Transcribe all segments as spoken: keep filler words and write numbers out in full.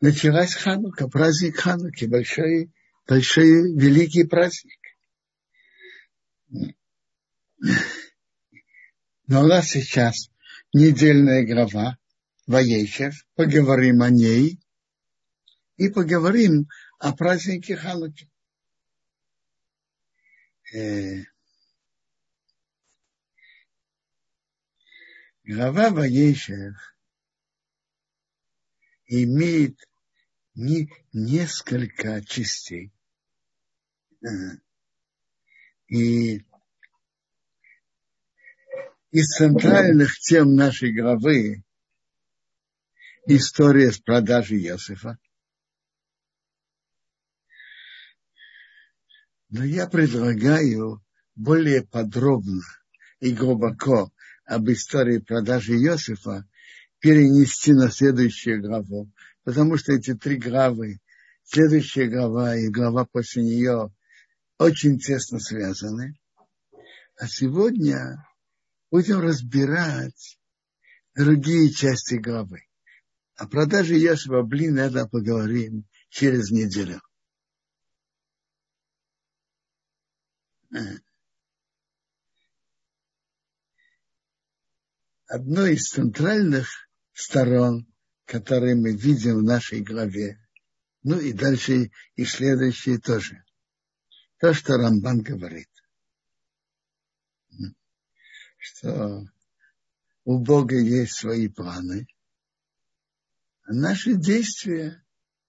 началась Ханука, праздник Хануки, большой, большой, великий праздник. Но у нас сейчас недельная глава Ваейшев, поговорим о ней и поговорим о празднике Хануки. Э, глава Ваейшев имеет не, несколько частей. И из центральных тем нашей главы история с продажей Иосифа. Но я предлагаю более подробно и глубоко об истории продажи Иосифа перенести на следующую главу, потому что эти три главы, следующая глава и глава после нее, очень тесно связаны. А сегодня будем разбирать другие части главы. О продаже Иосифа, блин, это поговорим через неделю. Одной из центральных сторон, которые мы видим в нашей главе, ну и дальше и следующие тоже, то, что Рамбан говорит, что у Бога есть свои планы, а наши действия,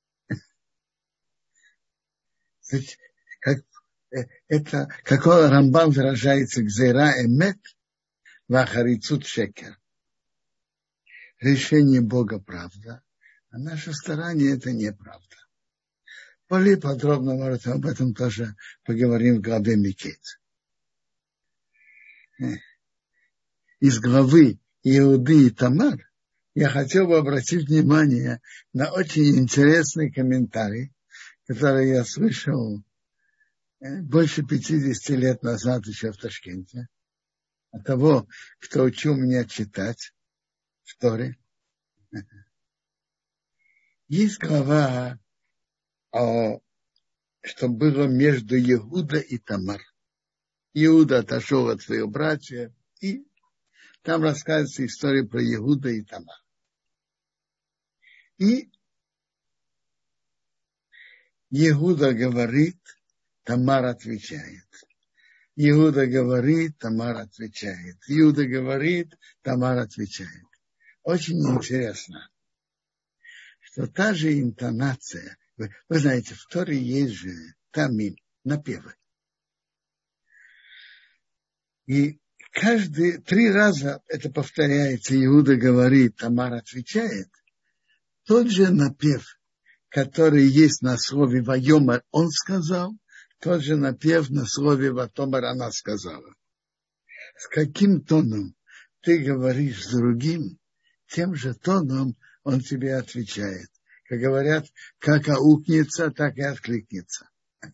как, это, как Рамбан выражается, гзейра эмет вахарицут шекер. Решение Бога правда, а наше старание это неправда. Более подробно, может, об этом тоже поговорим в главе Микец. Из главы Иуды и Тамар я хотел бы обратить внимание на очень интересный комментарий, который я слышал больше пятидесяти лет назад еще в Ташкенте, от того, кто учил меня читать в Торе. Есть глава, о, что было между Иуда и Тамар. Иуда отошел от своих братьев, и там рассказывается история про Иуда и Тамар. И Иуда говорит, Тамар отвечает. Иуда говорит, Тамар отвечает. Иуда говорит, Тамар отвечает. Очень интересно, что та же интонация, вы, вы знаете, в Торе есть же тамим, напевы. И каждые три раза это повторяется, Иуда говорит, Тамар отвечает. Тот же напев, который есть на слове «Вайомар» он сказал, тот же напев на слове «Ватомар» она сказала. С каким тоном ты говоришь с другим, тем же тоном он тебе отвечает. Как говорят, как аукнется, так и откликнется.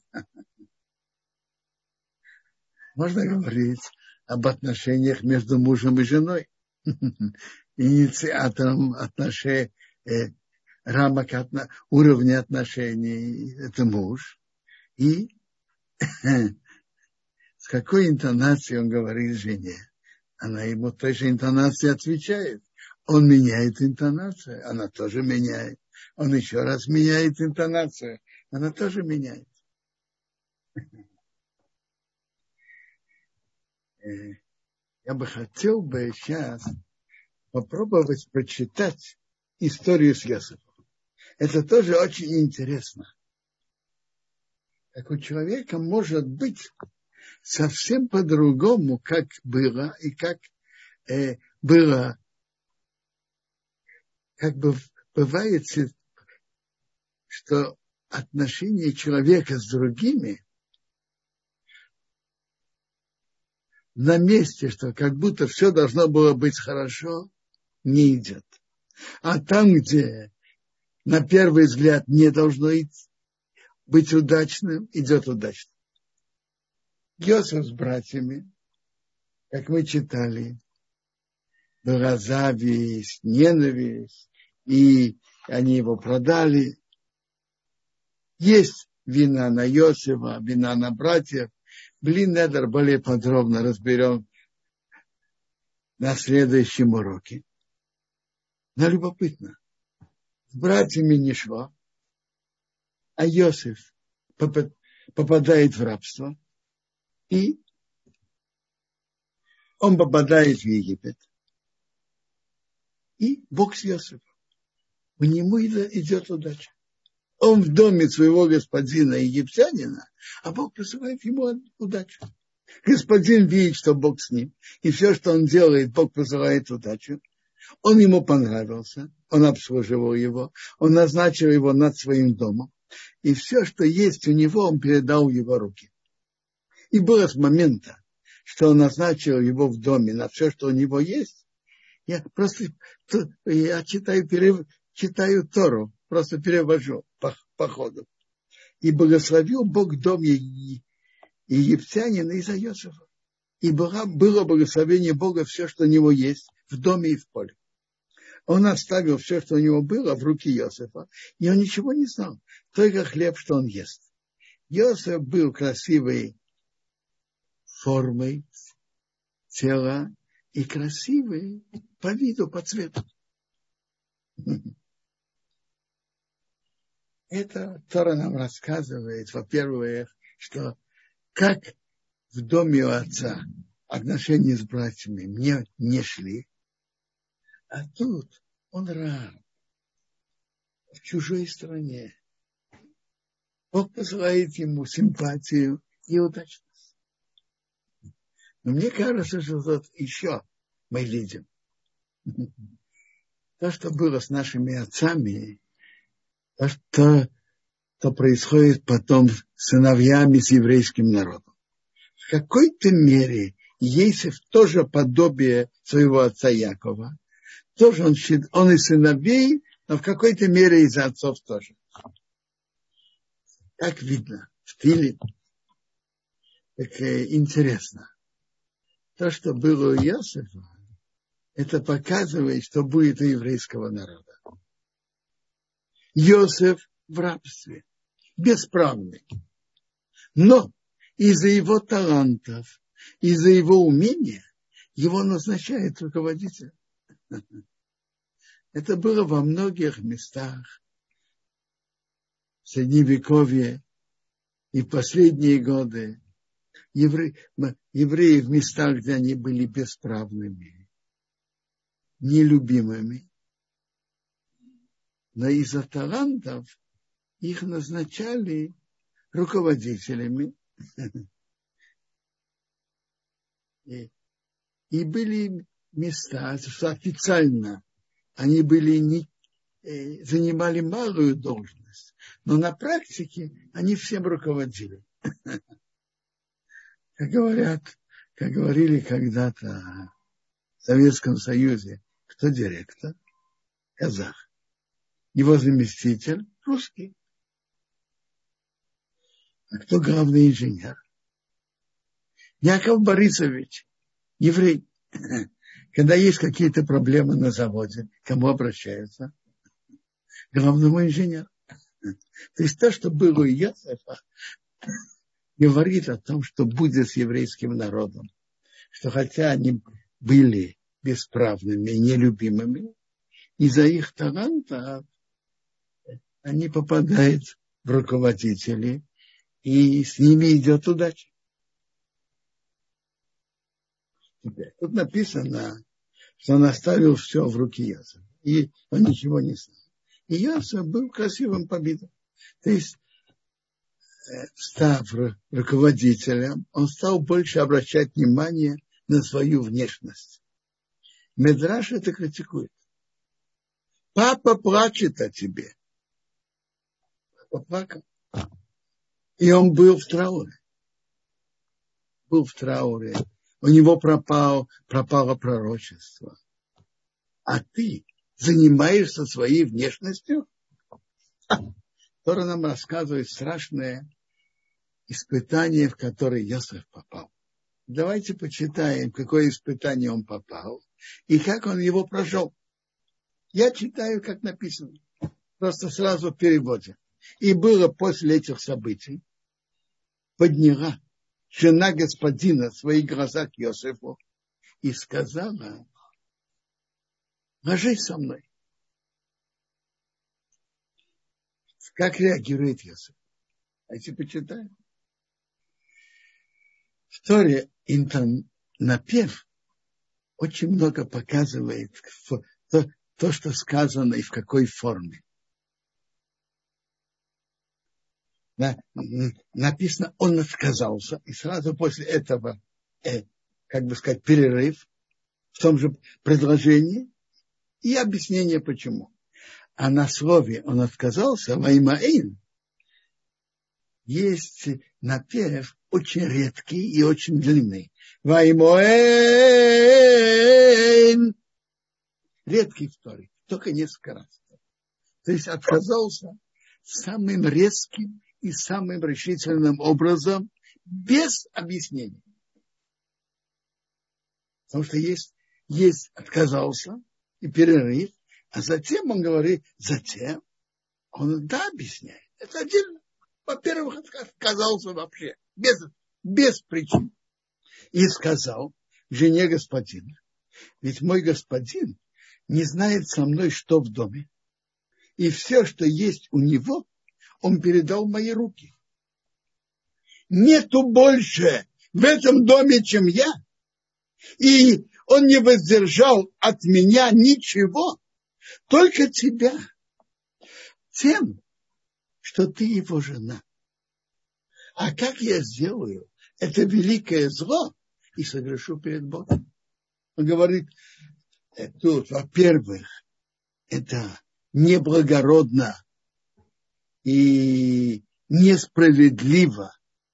Можно говорить об отношениях между мужем и женой. Инициатором отношений, э, рамок отно, уровня отношений это муж. И с какой интонацией он говорит жене, она ему той же интонацией отвечает. Он меняет интонацию, она тоже меняет. Он еще раз меняет интонацию, она тоже меняет. Я бы хотел бы сейчас попробовать прочитать историю с Иосифом. Это тоже очень интересно. Как у человека может быть совсем по-другому, как было, и как э, было, как бы бывает, что отношения человека с другими на месте, что как будто все должно было быть хорошо, не идет. А там, где на первый взгляд не должно быть удачным, идет удачно. Иосиф с братьями, как мы читали, была зависть, ненависть, и они его продали. Есть вина на Йосефа, вина на братьев. Блин, недер более подробно разберем на следующем уроке. Но любопытно. С братьями не шло, а Йосеф попадает в рабство, и он попадает в Египет. И Бог с Йосефом. У него идет удача. Он в доме своего господина египтянина, а Бог посылает ему удачу. Господин видит, что Бог с ним, и все, что он делает, Бог посылает удачу. Он ему понравился, он обслуживал его, он назначил его над своим домом, и все, что есть у него, он передал в его руки. И было с момента, что он назначил его в доме на все, что у него есть, я просто я читаю, перев, читаю Тору, просто перевожу по, по ходу. И благословил Бог дом египтянина из-за Йосефа. И было, было благословение Бога все, что у него есть, в доме и в поле. Он оставил все, что у него было, в руки Йосефа, и он ничего не знал, только хлеб, что он ест. Йосеф был красивой формой тела и красивый по виду, по цвету. Это Тора нам рассказывает, во-первых, что как в доме у отца отношения с братьями мне не шли, а тут он раб в чужой стране. Бог посылает ему симпатию и удачность. Но мне кажется, что тут еще мы видим. То, что было с нашими отцами, то, что то происходит потом с сыновьями, с еврейским народом. В какой-то мере Иосиф тоже подобие своего отца Якова. Тоже он, он из сыновей, но в какой-то мере из отцов тоже. Как видно в Тиле, так интересно. То, что было у Иосифа, это показывает, что будет у еврейского народа. Иосиф в рабстве, бесправный. Но из-за его талантов, из-за его умения, его назначает руководитель. Это было во многих местах в Средневековье и в последние годы. Евреи, евреи в местах, где они были бесправными, нелюбимыми, но из-за талантов их назначали руководителями. И, и были места, что официально они были не, э, занимали малую должность, но на практике они всем руководили. Как говорят, как говорили когда-то в Советском Союзе, кто директор? Казах. Его заместитель русский. А кто главный инженер? Яков Борисович, еврей. Когда есть какие-то проблемы на заводе, к кому обращаются? К главному инженеру. То есть то, что было у Йосефа, говорит о том, что будет с еврейским народом. Что хотя они были бесправными и нелюбимыми, из-за их таланта они попадают в руководители, и с ними идет удача. Тут написано, что он оставил все в руки Йосефа, и он ничего не знал. И Йосеф был красивым по виду. То есть, став руководителем, он стал больше обращать внимание на свою внешность. Мидраш это критикует. Папа плачет о тебе. Папа плакал. И он был в трауре. Был в трауре. У него пропал, пропало пророчество. А ты занимаешься своей внешностью? Тора нам рассказывает страшное испытание, в которое Йосеф попал. Давайте почитаем, какое испытание он попал и как он его прошел. Я читаю, как написано. просто сразу в переводе. И было после этих событий, подняла жена господина свои глаза к Иосифу и сказала: ложись со мной. Как реагирует Иосиф? Давайте почитаем. В Торе напев очень много показывает то, то, что сказано и в какой форме. Написано, он отказался, и сразу после этого, э, как бы сказать, перерыв в том же предложении и объяснение почему. А на слове он отказался, ваймаин, есть напев очень редкий и очень длинный. Ваймоэн, редкий в Торе, только несколько раз. То есть отказался самым резким и самым решительным образом, без объяснений. Потому что есть, есть отказался и перерыв, а затем он говорит, затем он да объясняет. Это отдельно. Во-первых, отказался вообще, без, без причин. И сказал жене господина, ведь мой господин не знает со мной, что в доме, и все, что есть у него, он передал в мои руки. Нету больше в этом доме, чем я. И он не воздержал от меня ничего, только тебя. Тем, что ты его жена. А как я сделаю это великое зло и согрешу перед Богом? Он говорит, тут, во-первых, это неблагородно и несправедливо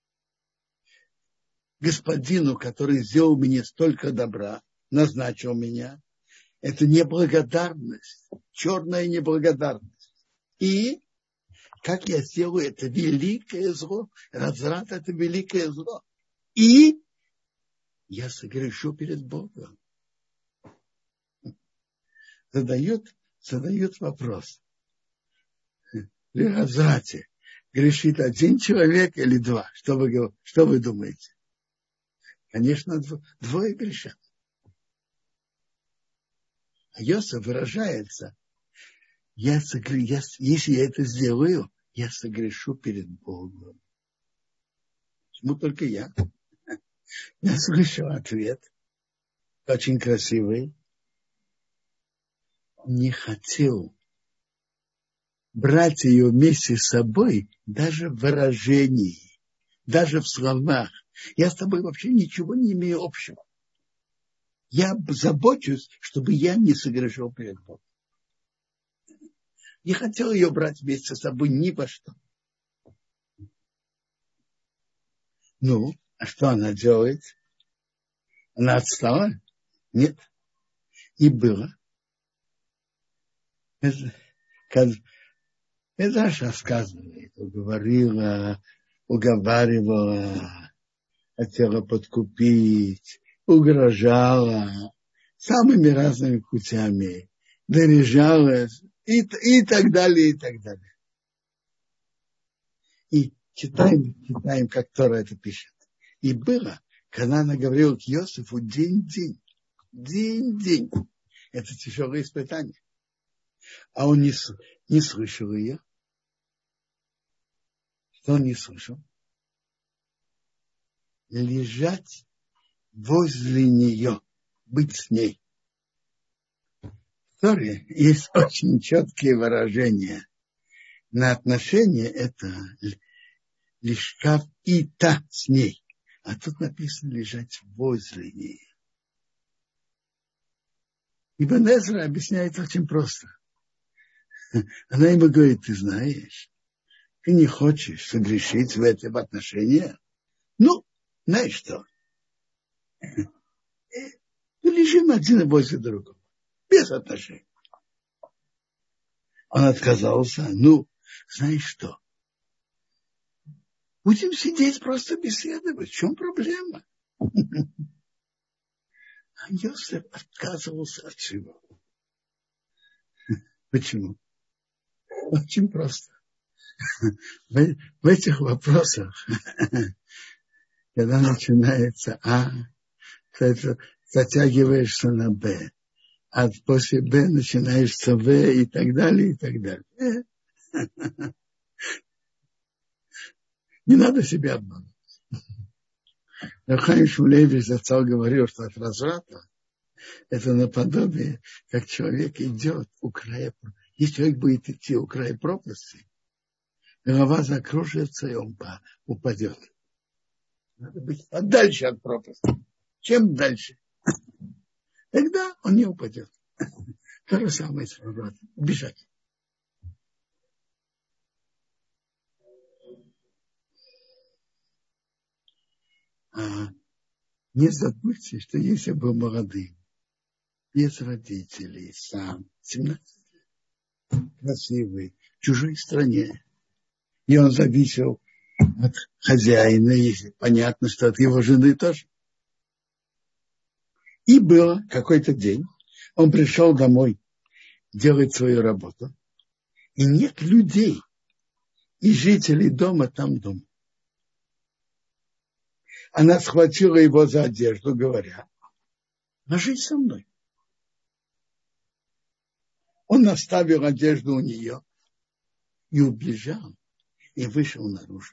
господину, который сделал мне столько добра, назначил меня. Это неблагодарность, черная неблагодарность. И как я сделаю это великое зло, разврат это великое зло. И я согрешу перед Богом. Задают, задают вопрос. При разврате грешит один человек или два? Что вы, что вы думаете? Конечно, двое грешат. А Йосеф выражается, я согр... я... если я это сделаю, я согрешу перед Богом. Почему только я? Я слышал ответ, очень красивый. Он не хотел брать ее вместе с собой даже в выражении, даже в словах. Я с тобой вообще ничего не имею общего. Я забочусь, чтобы я не согрешил перед Богом. Не хотел ее брать вместе с собой ни во что. Ну, а что она делает? Она отстала? Нет. И было. Это, это же рассказывает, уговорила, уговаривала, хотела подкупить, угрожала самыми разными путями, наряжалась и, и так далее, и так далее. И читаем, читаем, как Тора это пишет. И было, когда она говорила к Йосифу день-день, день-день. Это тяжелое испытание. А он не, не слышал ее. Что он не слышал? Лежать возле нее, быть с ней. В Торе есть очень четкие выражения. На отношения это лишкав и та с ней. А тут написано лежать возле нее. Ибн Эзра объясняет очень просто. Она ему говорит, ты знаешь, ты не хочешь согрешить в этом отношении? Ну, знаешь что? Мы лежим один возле другого, без отношений. Он отказался. Ну, знаешь что? Будем сидеть, просто беседовать. В чем проблема? А Йосеф отказывался от всего. Почему? Очень просто. В, в этих вопросах, когда начинается А, то это затягиваешься на Б, а после Б начинаешься В и так далее, и так далее. Не надо себя обманывать. Рахаим Шмулевич зацал говорил, что от разврата это наподобие, как человек идет у края. Если человек будет идти у края пропасти, голова закружится, и он упадет. Надо быть подальше от пропасти. Чем дальше, тогда он не упадет. То же самое с развратом. Убежать. А не забудьте, что если бы молодым, без родителей, сам, семнадцать, красивый, в чужой стране, и он зависел от хозяина, и понятно, что от его жены тоже. И было какой-то день, он пришел домой делать свою работу, и нет людей и жителей дома там дома. Она схватила его за одежду, говоря: ложись со мной. Он оставил одежду у нее и убежал, и вышел наружу.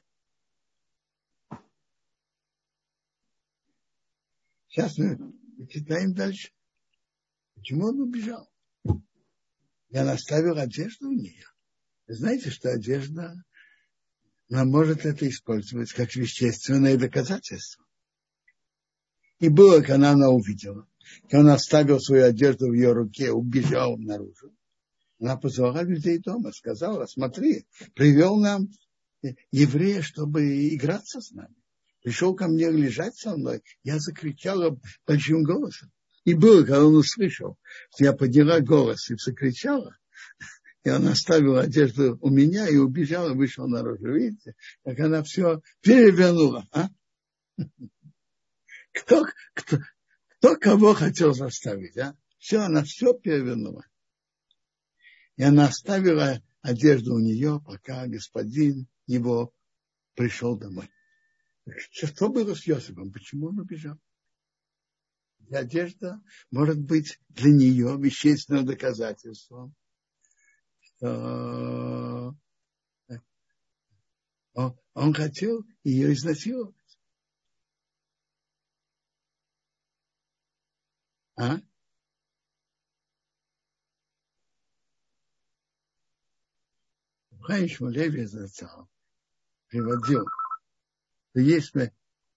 Сейчас мы читаем дальше. Почему он убежал? И он оставил одежду у нее. Вы знаете, что одежда, она может это использовать как вещественное доказательство. И было, когда она увидела, когда он оставил свою одежду в ее руке, убежал наружу. Она позвала людей дома, сказала: смотри, привел нам еврея, чтобы играться с нами. Пришел ко мне лежать со мной. Я закричала большим голосом. И было, когда он услышал, что я подняла голос и закричала, и он оставил одежду у меня и убежал, и вышел наружу. Видите, как она все перевернула. А? Кто, кто, кто кого хотел заставить? А? Все, она все перевернула. И она оставила одежду у нее, пока господин его пришел домой. Что было с Йосифом? Почему он убежал? И одежда может быть для нее вещественным доказательством, что он, он хотел ее изнасиловать. А? Хаим Шмулевич зацал приводил, что есть мы,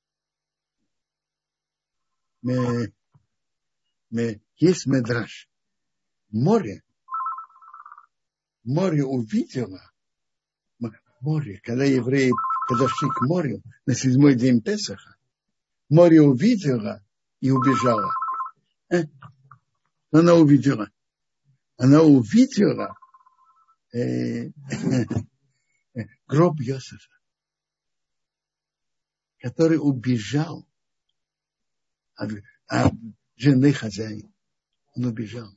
мы, мы, есть медраж. Море, море увидело, море, когда евреи подошли к морю на седьмой день Песаха, море увидело и убежало. Э? Она увидела. Она увидела э, гроб Йосифа, который убежал от, от жены хозяина. Он убежал.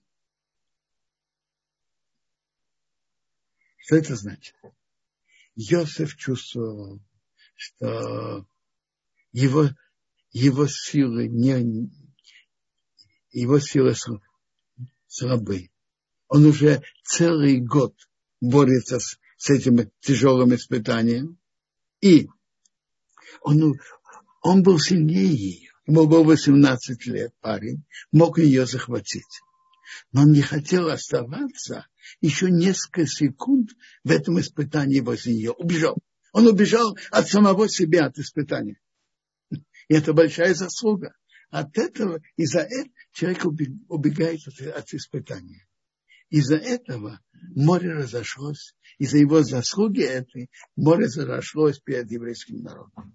Что это значит? Йосиф чувствовал, что его, его силы не, его силы слабы. Он уже целый год борется с, с этим тяжелым испытанием. И он, он был сильнее ее. Ему было восемнадцать лет, парень, мог ее захватить. Но он не хотел оставаться еще несколько секунд в этом испытании возле нее. Убежал. Он убежал от самого себя, от испытания. И это большая заслуга. От этого, из-за этого человек убегает от, от испытания. Из-за этого море разошлось. Из-за его заслуги этой море разошлось перед еврейским народом.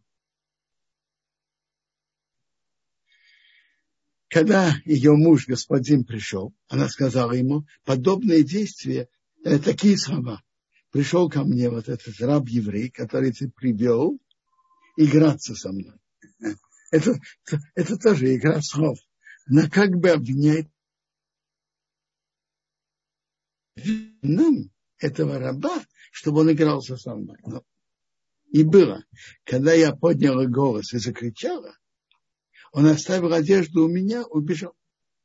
Когда ее муж, господин, пришел, она сказала ему подобные действия, э, такие слова. Пришел ко мне вот этот раб-еврей, который ты привел, играться со мной. Это, это тоже игра слов. Она как бы обвиняет нам. этого раба, чтобы он игрался со мной. Ну, и было, когда я подняла голос и закричала, он оставил одежду у меня, убежал.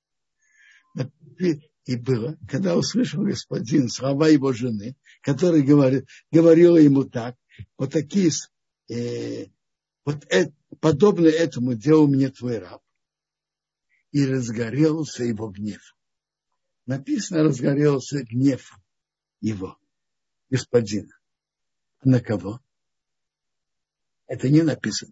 И было, когда услышал господин слова его жены, который говорит, говорила ему так, вот такие, э, вот это, подобно этому делал мне твой раб, и разгорелся его гнев. Написано, разгорелся гнев его, господина. На кого? Это не написано.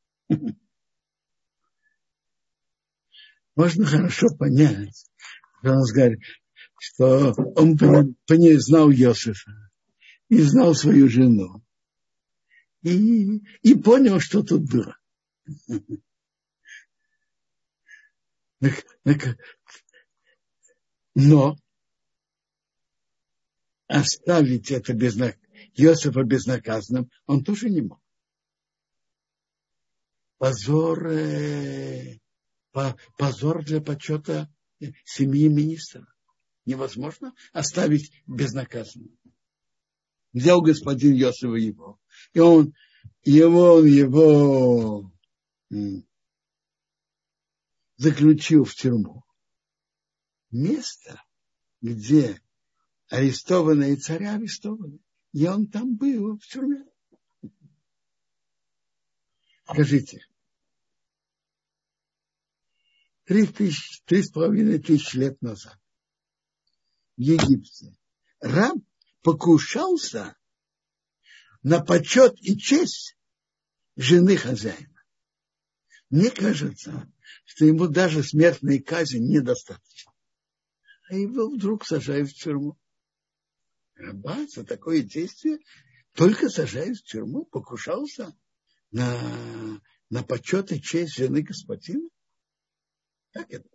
Можно хорошо понять, что он говорит, что он по ней знал Йосефа и знал свою жену. И, и понял, что тут было. Но оставить это безнак... Йосефа безнаказанным он тоже не мог. Позор, э, позор для почета семьи министра. Невозможно оставить безнаказанным. Взял господин Йосефа его, и он его, его заключил в тюрьму. Место, где арестованные царя арестованы. И он там был, в тюрьме. Скажите, три тысячи, три с половиной тысячи лет назад в Египте раб покушался на почет и честь жены хозяина. Мне кажется, что ему даже смертной казни недостаточно. А его вдруг сажают в тюрьму. Раба за такое действие только сажают в тюрьму, покушался на, на почет и честь жены господина. Как это?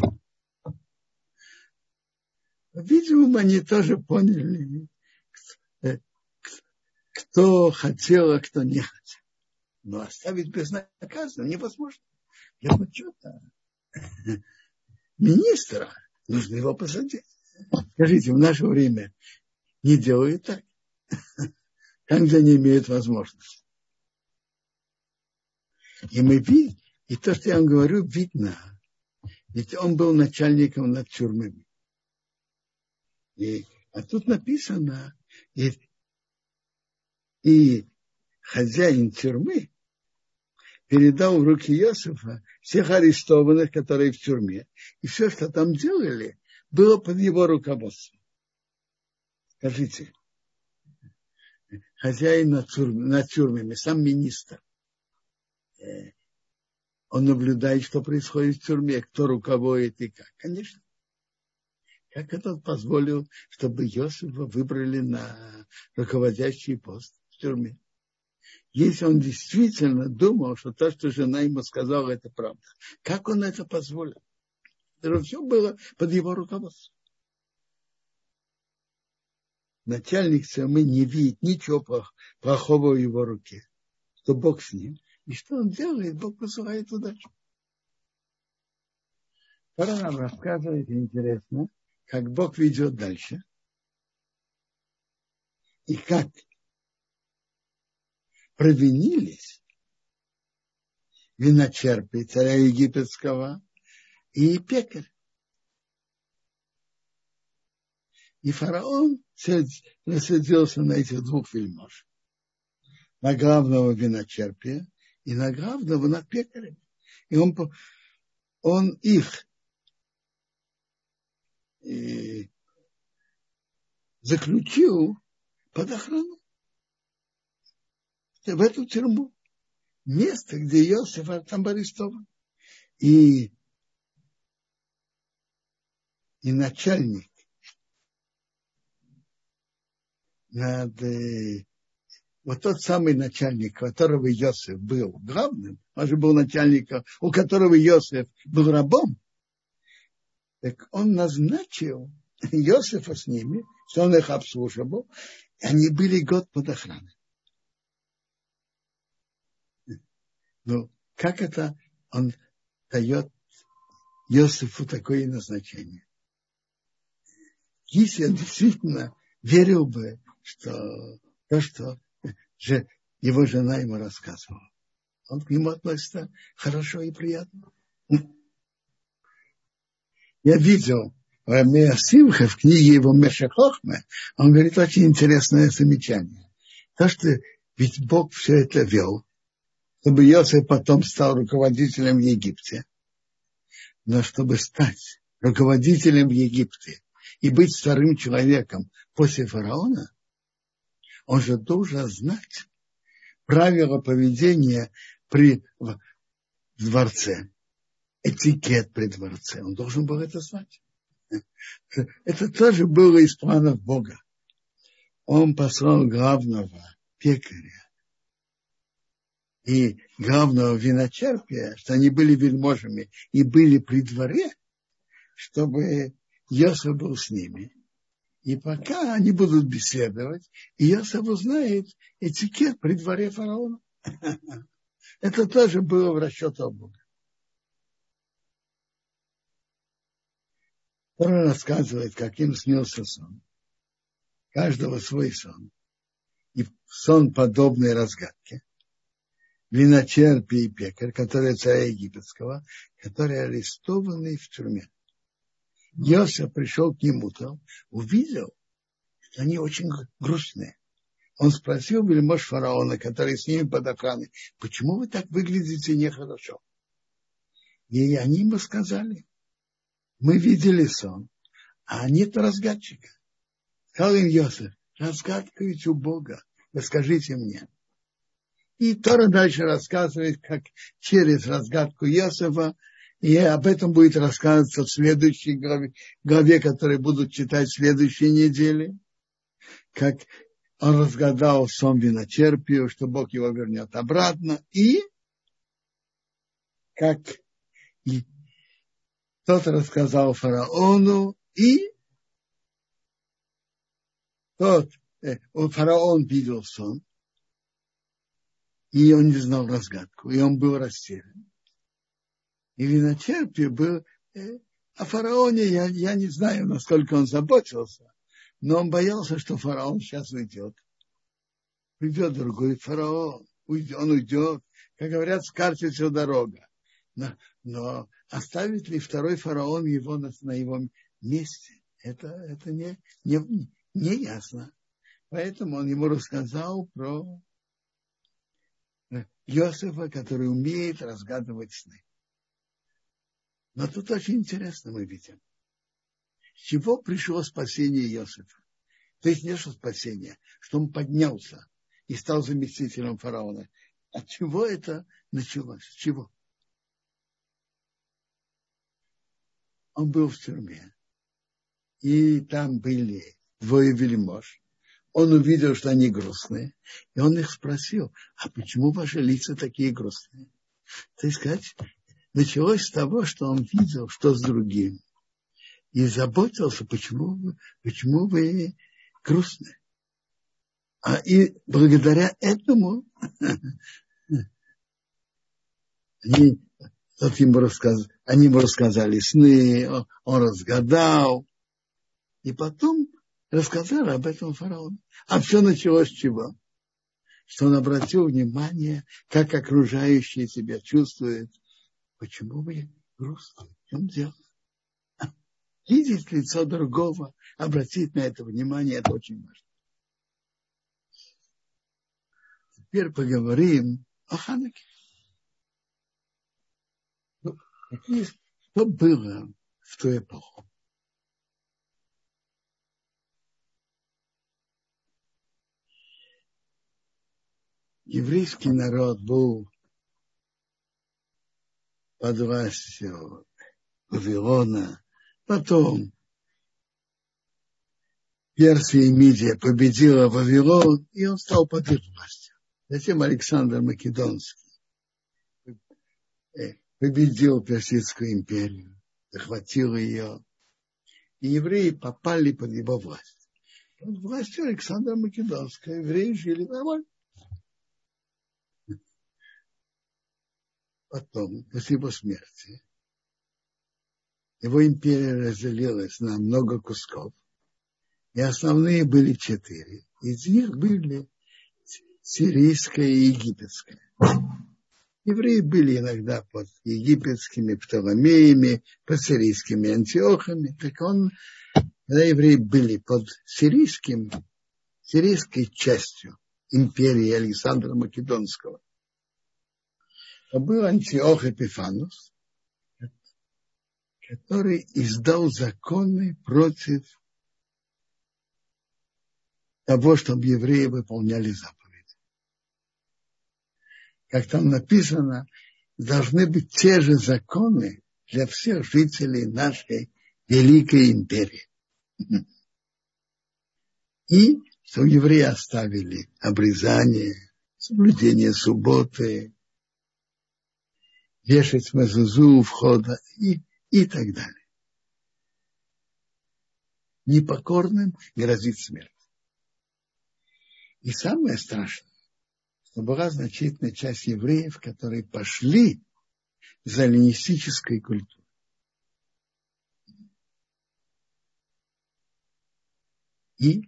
Видимо, они тоже поняли, кто хотел, а кто не хотел. Но оставить безнаказанным невозможно. Я почета министра, нужно его посадить. Скажите, в наше время не делают так, когда не имеют возможности. И мы видим, и то, что я вам говорю, видно. Ведь он был начальником над тюрьмами. И, а тут написано, и, и хозяин тюрьмы передал в руки Йосефа всех арестованных, которые в тюрьме. И все, что там делали, было под его руководством. Скажите, хозяин над тюрьмами, над тюрьмами, сам министр, он наблюдает, что происходит в тюрьме, кто руководит и как. Конечно. Как это позволил, чтобы Йосефа выбрали на руководящий пост в тюрьме? Если он действительно думал, что то, что жена ему сказала, это правда, как он это позволил? Это все было под его руководством. Начальник тюрьмы не видит ничего плохого в его руке, что Бог с ним. И что он делает? Бог посылает удачу. Пора нам рассказывает, интересно, как Бог ведет дальше. И как провинились виночерпы царя египетского и пекарь. И фараон насадился на этих двух вельмож. На главного виночерпия и на главного над пекарем. И он, он их и заключил под охрану в эту тюрьму. Место, где Йосеф там арестован. И, и начальник над... Вот тот самый начальник, которого Йосеф был главным, он же был начальником, у которого Йосеф был рабом, так он назначил Йосефа с ними, что он их обслуживал, и они были год под охраной. Ну, как это он дает Йосефу такое назначение? Если он действительно верил бы, что то, что же его жена ему рассказывала, он к нему относится хорошо и приятно. Я видел Рамея Симха в книге его Меша Хохме, он говорит очень интересное замечание. То, что ведь Бог все это вел, чтобы Йосеф потом стал руководителем в Египте, но чтобы стать руководителем в Египте и быть вторым человеком после фараона, он же должен знать правила поведения при, в, в дворце, этикет при дворце. Он должен был это знать. Это тоже было из планов Бога. Он послал главного пекаря и главного виночерпия, что они были вельможами и были при дворе, чтобы Йосеф был с ними. И пока они будут беседовать, Йосеф узнает этикет при дворе фараона. Это тоже было в расчетах Бога. Он рассказывает, как им снился сон. Каждого свой сон. И сон подобной разгадке. Виночерпий и пекарь, который царя египетского, которые арестованы в тюрьме. Йосеф пришел к нему, то увидел, что они очень грустные. Он спросил вельмож фараона, который с ними под охраной, почему вы так выглядите нехорошо? И они ему сказали, мы видели сон, а нет разгадчика. Сказал им Йосеф, разгадка ведь у Бога, расскажите мне. И Тора дальше рассказывает, как через разгадку Йосефа, и об этом будет рассказываться в следующей главе, главе, которую будут читать в следующей неделе, как он разгадал сон виночерпию, что Бог его вернет обратно, и как и тот рассказал фараону, и тот, э, фараон видел сон, и он не знал разгадку, и он был растерян. И виночерпий был, э, о фараоне я, я не знаю, насколько он заботился, но он боялся, что фараон сейчас уйдет. Придет другой фараон, уйдет, он уйдет, как говорят, скатится дорога. Но, но оставит ли второй фараон его на, на его месте, это, это не, не, не ясно. Поэтому он ему рассказал про Йосефа, который умеет разгадывать сны. Но тут очень интересно мы видим, с чего пришло спасение Йосефа. То есть не что спасение, что он поднялся и стал заместителем фараона. От чего это началось? С чего? Он был в тюрьме, и там были двое вельмож. Он увидел, что они грустные, и он их спросил, а почему ваши лица такие грустные? То есть, сказать, началось с того, что он видел, что с другим, и заботился, почему вы, почему вы грустны. А и благодаря этому они, вот ему рассказ, они ему рассказали сны, он, он разгадал, и потом рассказали об этом фараону. А все началось с чего? Что он обратил внимание, как окружающие себя чувствуют. Почему вы грустны? В чем дело? Видеть лицо другого, обратить на это внимание, это очень важно. Теперь поговорим о Хануке. Что было в ту эпоху? Еврейский народ был под властью Вавилона, потом Персия и Мидия победила Вавилон, и он стал под их властью. Затем Александр Македонский победил Персидскую империю, захватил ее, и евреи попали под его власть. Под властью Александра Македонского евреи жили нормально. Потом, после его смерти, его империя разделилась на много кусков, И основные были четыре. Из них были сирийская и египетская. Евреи были иногда под египетскими Птоломеями, под сирийскими Антиохами. Так он, когда евреи были под сирийским, сирийской частью империи Александра Македонского, то был Антиох Эпифанус, который издал законы против того, чтобы евреи выполняли заповеди. Как там написано, должны быть те же законы для всех жителей нашей великой империи. И что евреи оставили обрезание, соблюдение субботы, вешать мезузу у входа и, и так далее. Непокорным грозит смерть. И самое страшное, что была значительная часть евреев, которые пошли за эллинистической культурой. И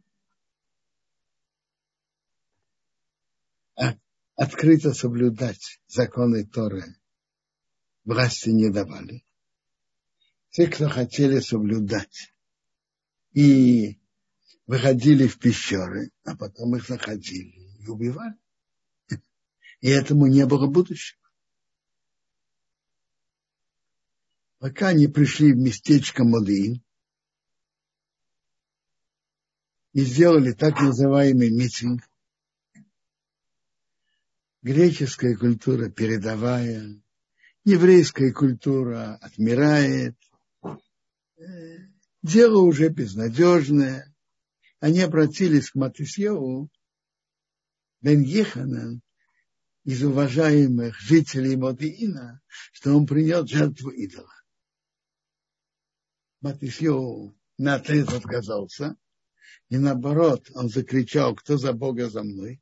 открыто соблюдать законы Торы власти не давали. Те, кто хотели соблюдать и выходили в пещеры, а потом их находили и убивали. И этому не было будущего. Пока они пришли в местечко Модиин и сделали так называемый митинг, греческая культура передовая, еврейская культура отмирает, дело уже безнадежное. Они обратились к Матисьеву бен Йеханан из уважаемых жителей Модиина, что он принес жертву идола. Матисьев наотрез отказался, и наоборот, он закричал: кто за Бога за мной?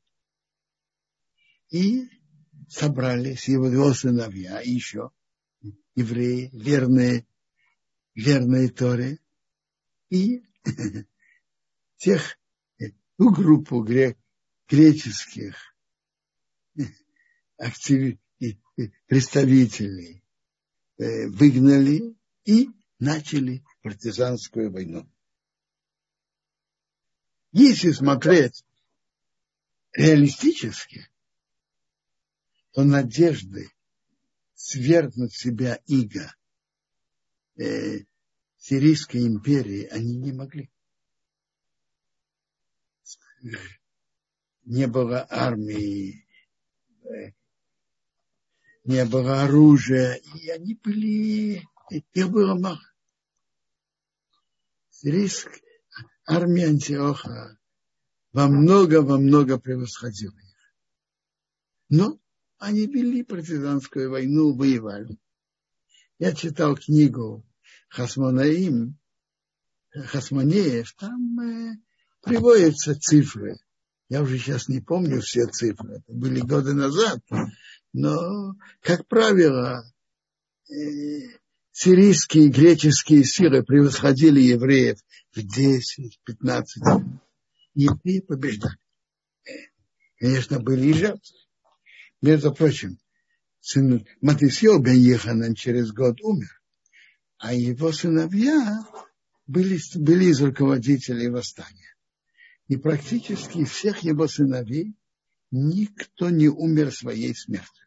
И собрались его сыновья, и еще евреи, верные, верные Торе, и тех, ту группу греческих актив, представителей выгнали и начали партизанскую войну. Если смотреть реалистически, то надежды свергнуть себя иго э, Сирийской империи они не могли. Не было армии, э, не было оружия, и они были, их было мало. Сирийская армия Антиоха во много, во много превосходила их. Но они вели партизанскую войну, воевали. Я читал книгу Хасмонаим, Хасмонеев, там э, приводятся цифры. Я уже сейчас не помню все цифры, это были годы назад, но, как правило, э, сирийские и греческие силы превосходили евреев в десять-пятнадцать. Евреи побеждали. Конечно, были и жертвы. Между прочим, сын Матисьев бен Йеханан через год умер, а его сыновья были, были из руководителей восстания. И практически всех его сыновей никто не умер своей смертью.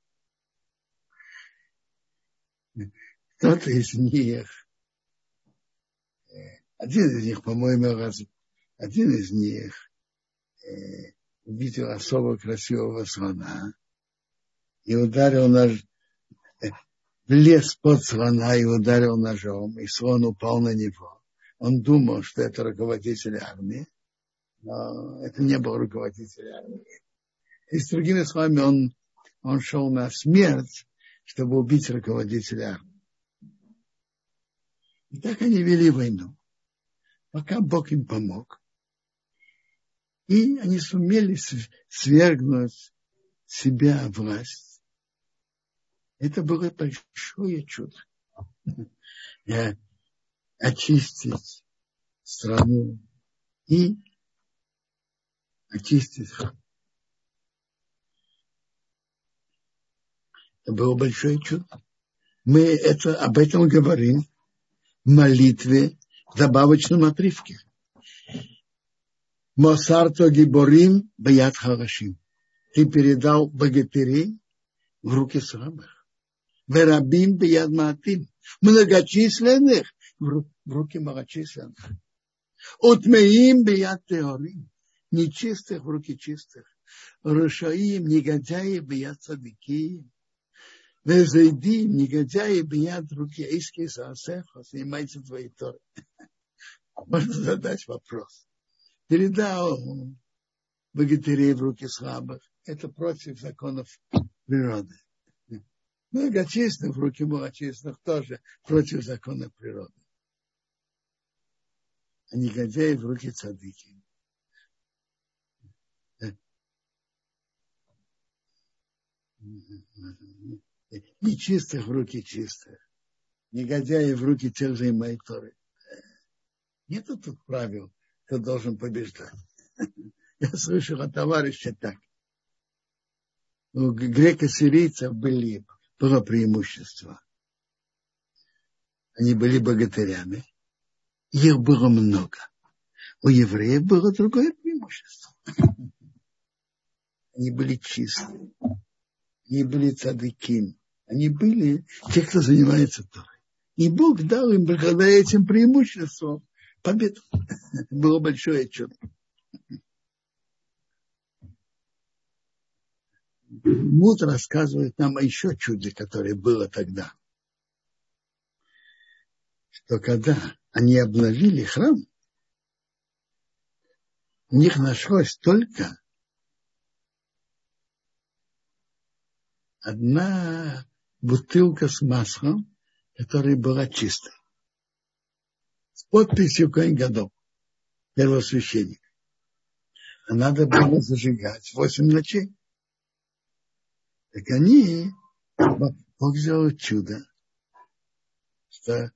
Кто-то из них, один из них, по-моему, раз, один из них э, увидел особо красивого слона и ударил нож, э, влез под слона и ударил ножом, и слон упал на него. Он думал, что это руководитель армии, но это не был руководитель армии. И с другими словами, он, он шел на смерть, чтобы убить руководителя армии. И так они вели войну, пока Бог им помог. И они сумели свергнуть себя власть. Это было большое чудо. Очистить страну и очистить. Это было большое чудо. Мы это, об этом говорим в молитве в добавочном отрывке. Мосарто гиборим баят харашим. Ты передал богатырей в руки слабых. Верабим баят маатим. Многочисленных в руки малочисленных. Утмеим баят теорим. Нечистых в руки чистых. Рушаим, негодяи баят цадиким. Везайдим, негодяи баят руки иски саасеха. Снимайте твои торы. Можно задать вопрос. Передал богатырей в руки слабых. Это против законов природы. Многочисленных в руки малочисленных тоже против закона природы. А негодяи в руки цадыки. Нечистых в руки чистых. Негодяи в руки тех же и моей Торы. Нету тут правил, кто должен побеждать. Я слышал от товарища так. У греко-сирийцев были, было преимущество. Они были богатырями. Их было много. У евреев было другое преимущество. Они были чистые. Они были цадыким. Они были те, кто занимается Торой. И Бог дал им благодаря этим преимуществам победу. Это было большое чудо. Муд рассказывает нам о еще чуде, которое было тогда. Что когда они обновили храм, у них нашлось только одна бутылка с маслом, которая была чистой. С подписью Коэн Гадоль, первосвященник. А надо было зажигать восемь ночей. Так они, Бог сделал чудо, что,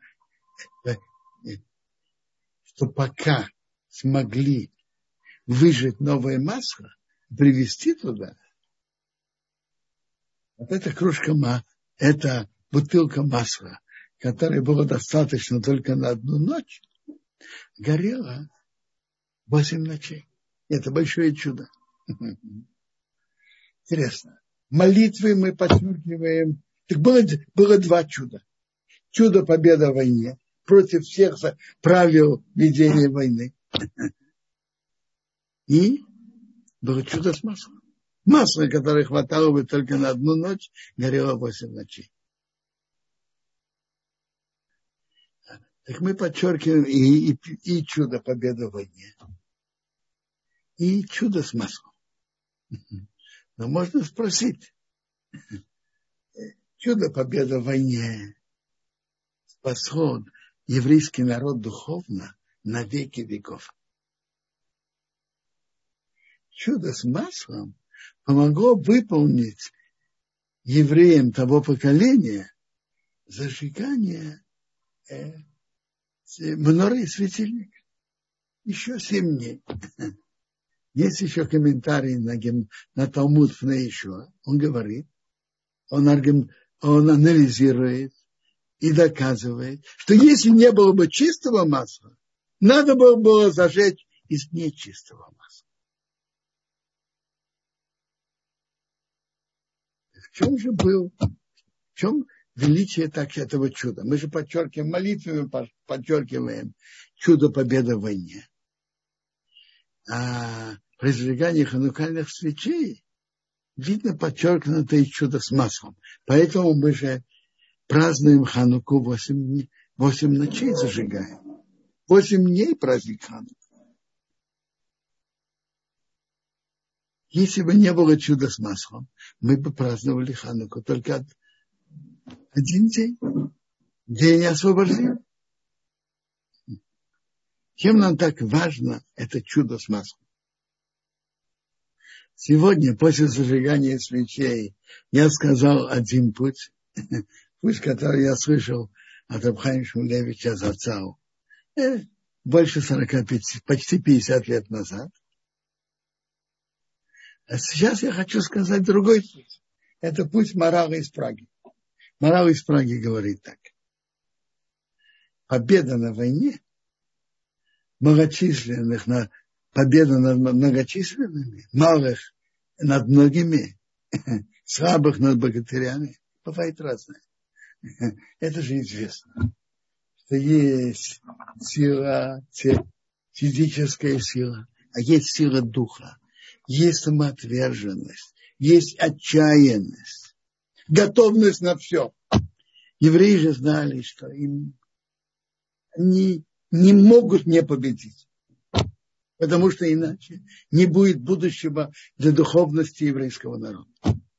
что пока смогли выжать новое масло, привезти туда, вот эта кружка, эта бутылка масла, которой было достаточно только на одну ночь, горела восемь ночей. Это большое чудо. Интересно. Молитвы мы подчеркиваем. Так было, было два чуда. Чудо победы в войне против всех правил ведения войны. И было чудо с маслом. Масло, которое хватало бы только на одну ночь, горело восемь ночей. Так мы подчеркиваем и, и, и чудо победы в войне, и чудо с маслом. Но можно спросить, чудо победы в войне спасло еврейский народ духовно на веки веков. Чудо с маслом помогло выполнить евреям того поколения зажигание э, мноры и светильника. Еще семь дней. Есть еще комментарий на, на Талмуд Фнеишуа. Он говорит, он, он анализирует и доказывает, что если не было бы чистого масла, надо было, было зажечь из нечистого масла. В чем же был, в чем величие так этого чуда? Мы же подчеркиваем молитвами, подчеркиваем чудо победы в войне. А при зажигании ханукальных свечей видно подчеркнутое чудо с маслом. Поэтому мы же празднуем Хануку восемь, восемь ночей зажигаем. Восемь дней праздник Хануку. Если бы не было чуда с маслом, мы бы праздновали Хануку только один день. День освобождения. Чем нам так важно это чудо с маслом? Сегодня, после зажигания свечей, я сказал один путь, путь, который я слышал от Раб Хаим Шмулевича Зацау. больше сорока пяти, почти пятьдесят лет назад. А сейчас я хочу сказать другой путь. Это путь Марала из Праги. Марал из Праги говорит так. Победа на войне многочисленных, на, победа над многочисленными, малых над многими, слабых над богатырями, бывает разное. Это же известно, что есть сила, физическая сила, а есть сила духа, есть самоотверженность, есть отчаянность, готовность на все. Евреи же знали, что им они не могут не победить, потому что иначе не будет будущего для духовности еврейского народа.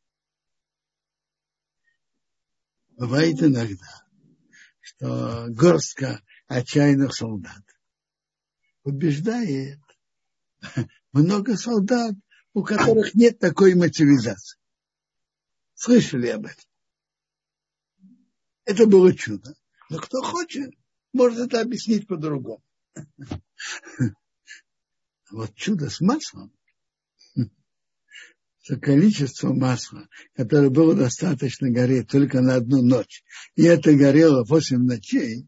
Бывает иногда, что горстка отчаянных солдат побеждает много солдат, у которых нет такой мотивизации. Слышали об этом? Это было чудо. Но кто хочет, может это объяснить по-другому. Вот чудо с маслом, что количество масла, которое было достаточно гореть только на одну ночь, и это горело восемь ночей,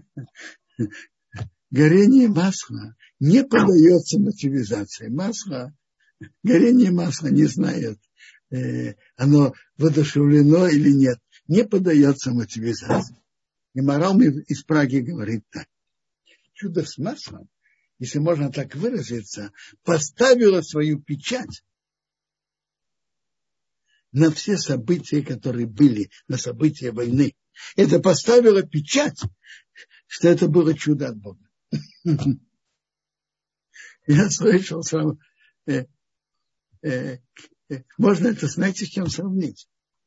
горение масла не поддается мотивизации. Масло, горение масла не знает, э, оно воодушевлено или нет, не поддается мотивизации. И Марал из Праги говорит так. Чудо с маслом, если можно так выразиться, поставило свою печать на все события, которые были, на события войны. Это поставило печать, что это было чудо от Бога. Я слышал сам, э, э, э, можно это, знаете, с чем сравнить?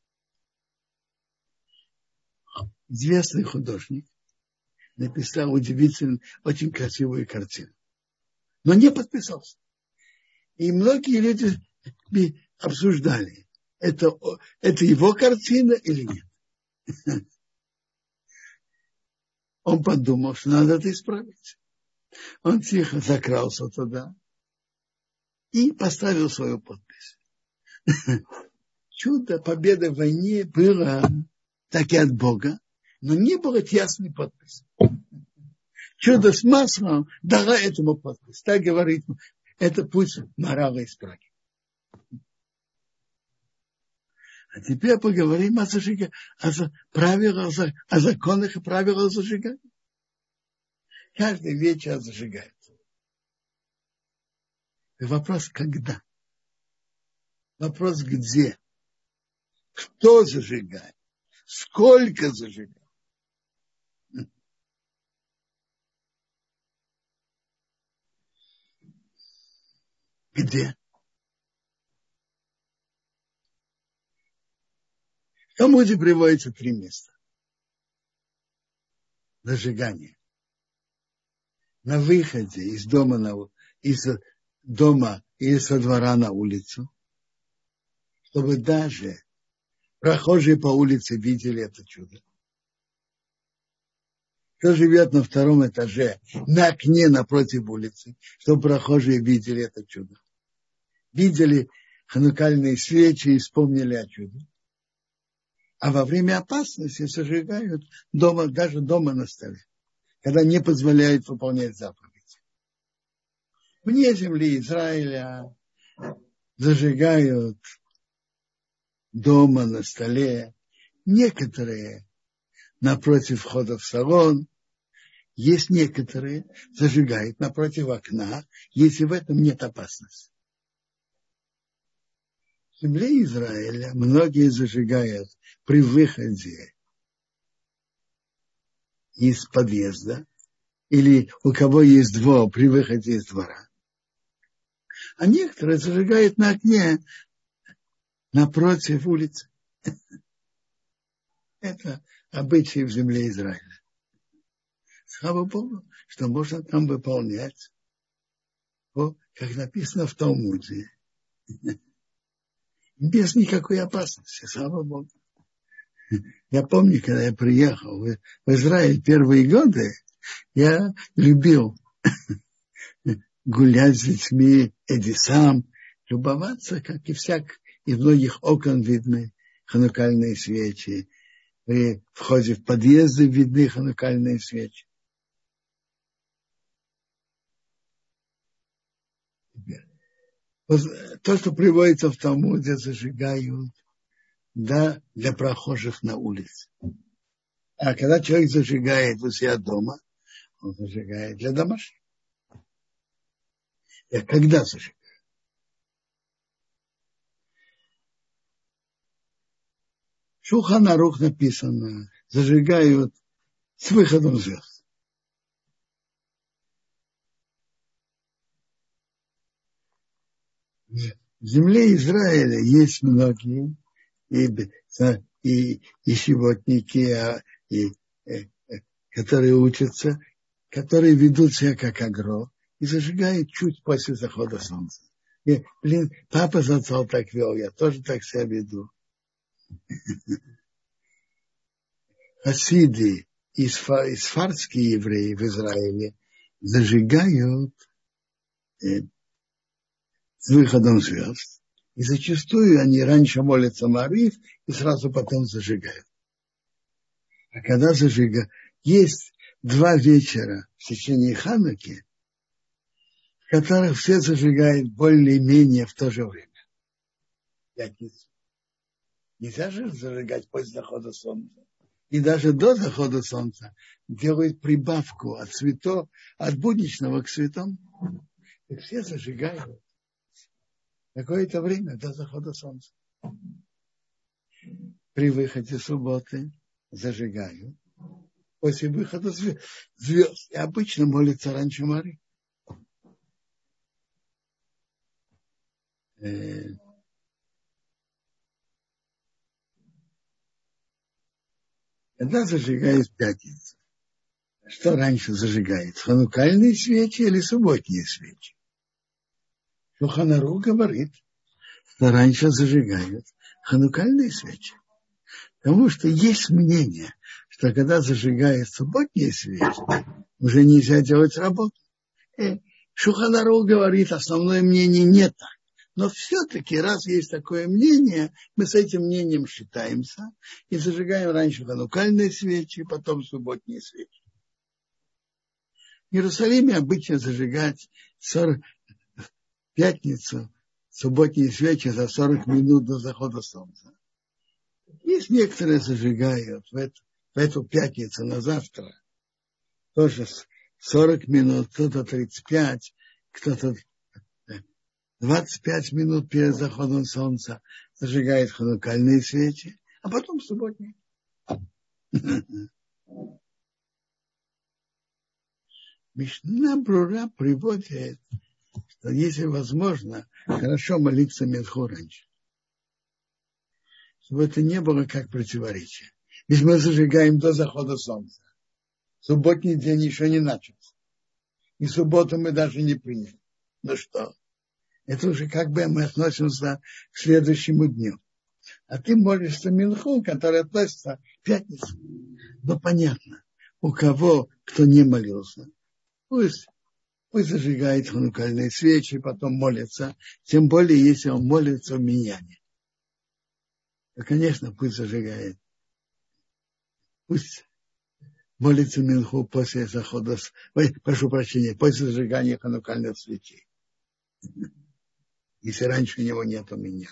Известный художник написал удивительную, очень красивую картину, но не подписался. И многие люди обсуждали, это, это его картина или нет. Он подумал, что надо это исправить. Он тихо закрался туда и поставил свою подпись. Чудо победы в войне было таки от Бога, но не было ясной подписи. Чудо с маслом дало этому подпись. Так говорит, это путь Марала из Праги. А теперь поговорим о зажигании, о правилах, о законах и правилах зажигания. Каждый вечер зажигается. И вопрос, когда? Вопрос, где? Кто зажигает? Сколько зажигает? Где? В Талмуде приводится три места. Зажигание. На выходе из дома, на, из дома или со двора на улицу, чтобы даже прохожие по улице видели это чудо. Кто живет на втором этаже, на окне напротив улицы, чтобы прохожие видели это чудо. Видели ханукальные свечи и вспомнили о чуде. А во время опасности зажигают дома, даже дома на столе, когда не позволяют выполнять заповеди. Вне земли Израиля зажигают дома на столе, некоторые напротив входа в салон, есть некоторые зажигают напротив окна, если в этом нет опасности. В земле Израиля многие зажигают при выходе из подъезда, или у кого есть двор при выходе из двора. А некоторые зажигают на окне напротив улицы. Это обычаи в земле Израиля. Слава Богу, что можно там выполнять, как написано в Талмуде, без никакой опасности, слава Богу. Я помню, когда я приехал в Израиль первые годы, я любил гулять с детьми, Эдисам, любоваться, как и всяк, из многих окон видны ханукальные свечи. При входе в подъезды видны ханукальные свечи. То, что приводится в Талмуде, зажигают, да, для прохожих на улице. А когда человек зажигает у себя дома, он зажигает для домашних. А когда зажигает? В Шулхан Арух написано, зажигают с выходом звезд. В земле Израиля есть многие и, и, и щеботники, и, и, которые учатся, которые ведут себя как агро и зажигают чуть после захода солнца. И, блин, папа зацал так вел, я тоже так себя веду. Хасиды и сфардские евреи в Израиле зажигают э, с выходом звезд. И зачастую они раньше молятся Маариф и сразу потом зажигают. А когда зажигают, есть два вечера в течение Хануки, в которых все зажигают более-менее в то же время. Пятницу. Нельзя же зажигать после захода солнца. И даже до захода солнца делают прибавку от цветов, от будничного к цветам. И все зажигают какое-то время до захода солнца. При выходе субботы зажигают. После выхода звезд. И обычно молятся раньше Мари. Когда зажигают в пятницу, что раньше зажигает? Ханукальные свечи или субботние свечи? Шулхан Арух говорит, что раньше зажигают ханукальные свечи. Потому что есть мнение, что когда зажигают субботние свечи, уже нельзя делать работу. Шулхан Арух говорит, основное мнение не так. Но все-таки, раз есть такое мнение, мы с этим мнением считаемся и зажигаем раньше ханукальные свечи, потом субботние свечи. В Иерусалиме обычно зажигать сорок, в пятницу субботние свечи за сорок минут до захода солнца. Есть некоторые зажигают в эту, в эту пятницу на завтра тоже сорок минут, кто-то тридцать пять, кто-то двадцать пять минут перед заходом солнца зажигает ханукальные свечи, а потом субботние. Мишна Брура приводит, что если возможно, хорошо молиться Минху раньше. Чтобы это не было как противоречие. Ведь мы зажигаем до захода солнца. Субботний день еще не начался. И субботу мы даже не приняли. Ну что? Это уже как бы мы относимся к следующему дню. А ты молишься Минху, который относится к пятнице. Ну, понятно. У кого, кто не молился, пусть, пусть зажигает ханукальные свечи, потом молится. Тем более, если он молится в миньяне. То, конечно, пусть зажигает. Пусть молится Минху после захода, ой, прошу прощения, после зажигания ханукальных свечей. Если раньше у него нет у меня.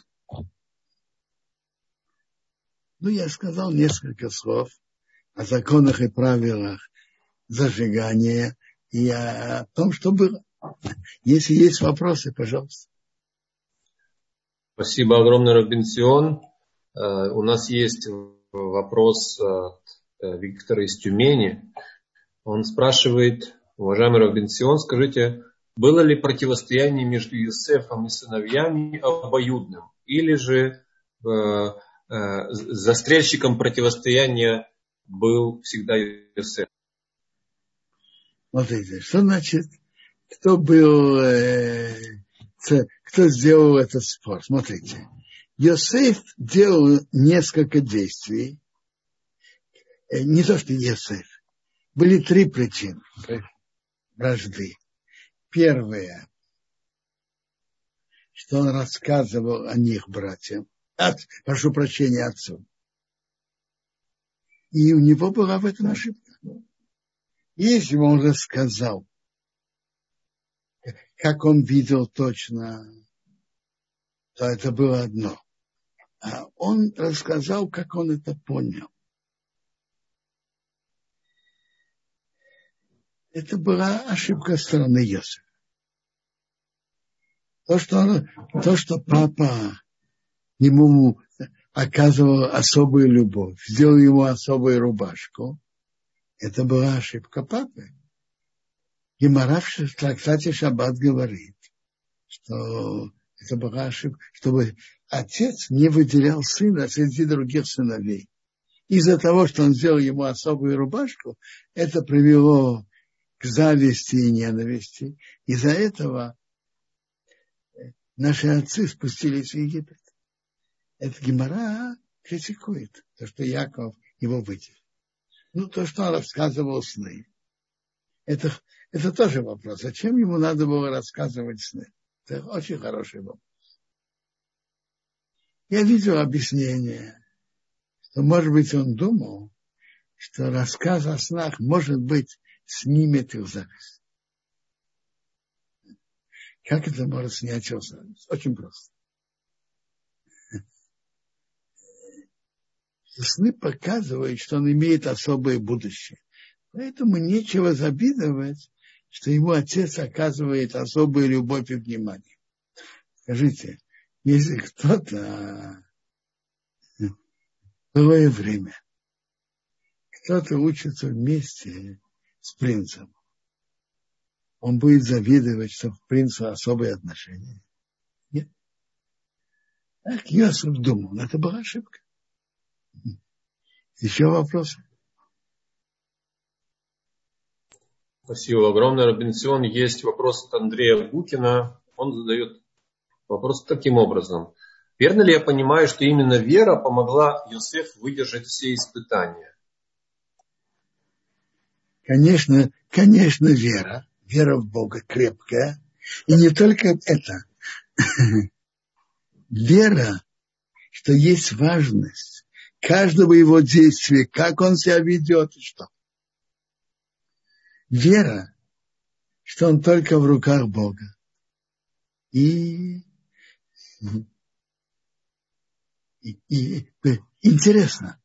Ну, я сказал несколько слов о законах и правилах зажигания и о том, что было. Если есть вопросы, пожалуйста. Спасибо огромное, Рав Бенцион. У нас есть вопрос от Виктора из Тюмени. Он спрашивает, уважаемый Рав Бенцион, скажите, было ли противостояние между Йосефом и сыновьями обоюдным? Или же э, э, застрельщиком противостояния был всегда Йосеф? Смотрите, что значит, кто был, э, кто сделал этот спор? Смотрите, Йосеф делал несколько действий. Э, не то, что Йосеф. Были три причины вражды. первое, что он рассказывал о них братьям, от, прошу прощения, отцу. И у него была в этом ошибка. Если бы он рассказал, как он видел точно, то это было одно. А он рассказал, как он это понял. Это была ошибка стороны Йосефа. То, что, он, то, что папа ему оказывал особую любовь, сделал ему особую рубашку, это была ошибка папы. Гемара в трактате Шаббат говорит, что это была ошибка, чтобы отец не выделял сына среди других сыновей. Из-за того, что он сделал ему особую рубашку, это привело к зависти и ненависти. Из-за этого наши отцы спустились в Египет. Это Гемара критикует, то, что Яков его выделил. Ну, то, что он рассказывал сны, это, это тоже вопрос. Зачем ему надо было рассказывать сны? Это очень хороший вопрос. Я видел объяснение, что, может быть, он думал, что рассказ о снах, может быть, снимет их зависть. Как это может снять их зависть? Очень просто. Сны показывают, что он имеет особое будущее. Поэтому нечего завидовать, что ему отец оказывает особую любовь и внимание. Скажите, если кто-то в былое время, кто-то учится вместе с принцем, он будет завидовать, что к принцу особые отношения? Нет. Так Йосеф думал, это была ошибка. Еще вопросы? Спасибо огромное, Рабин Цион. Есть вопрос от Андрея Букина. Он задает вопрос таким образом. Верно ли я понимаю, что именно вера помогла Йосефу выдержать все испытания? Конечно, конечно, вера. Вера в Бога крепкая. И не только это. Вера, что есть важность каждого его действия, как он себя ведет и что. Вера, что он только в руках Бога. И, и, и интересно.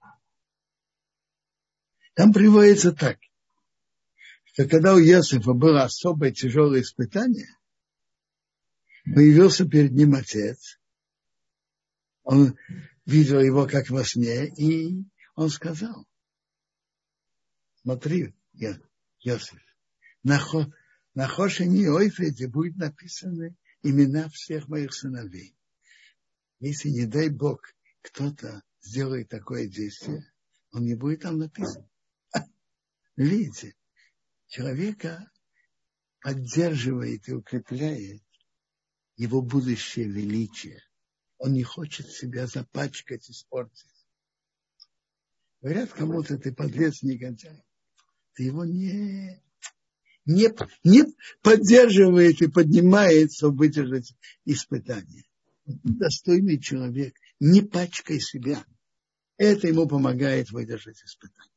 Там приводится так, что когда у Йосефа было особое тяжелое испытание, появился перед ним отец. Он видел его как во сне, и он сказал: смотри, Йосеф, на Хошени Ойфеде будет написаны имена всех моих сыновей. Если, не дай Бог, кто-то сделает такое действие, он не будет там написан. Видите, человека поддерживает и укрепляет его будущее величие. Он не хочет себя запачкать, испортить. Говорят кому-то: ты подлец, негодяй. Ты его не, не, не поддерживает и поднимает, чтобы выдержать испытание. Достойный человек, не пачкай себя. Это ему помогает выдержать испытание.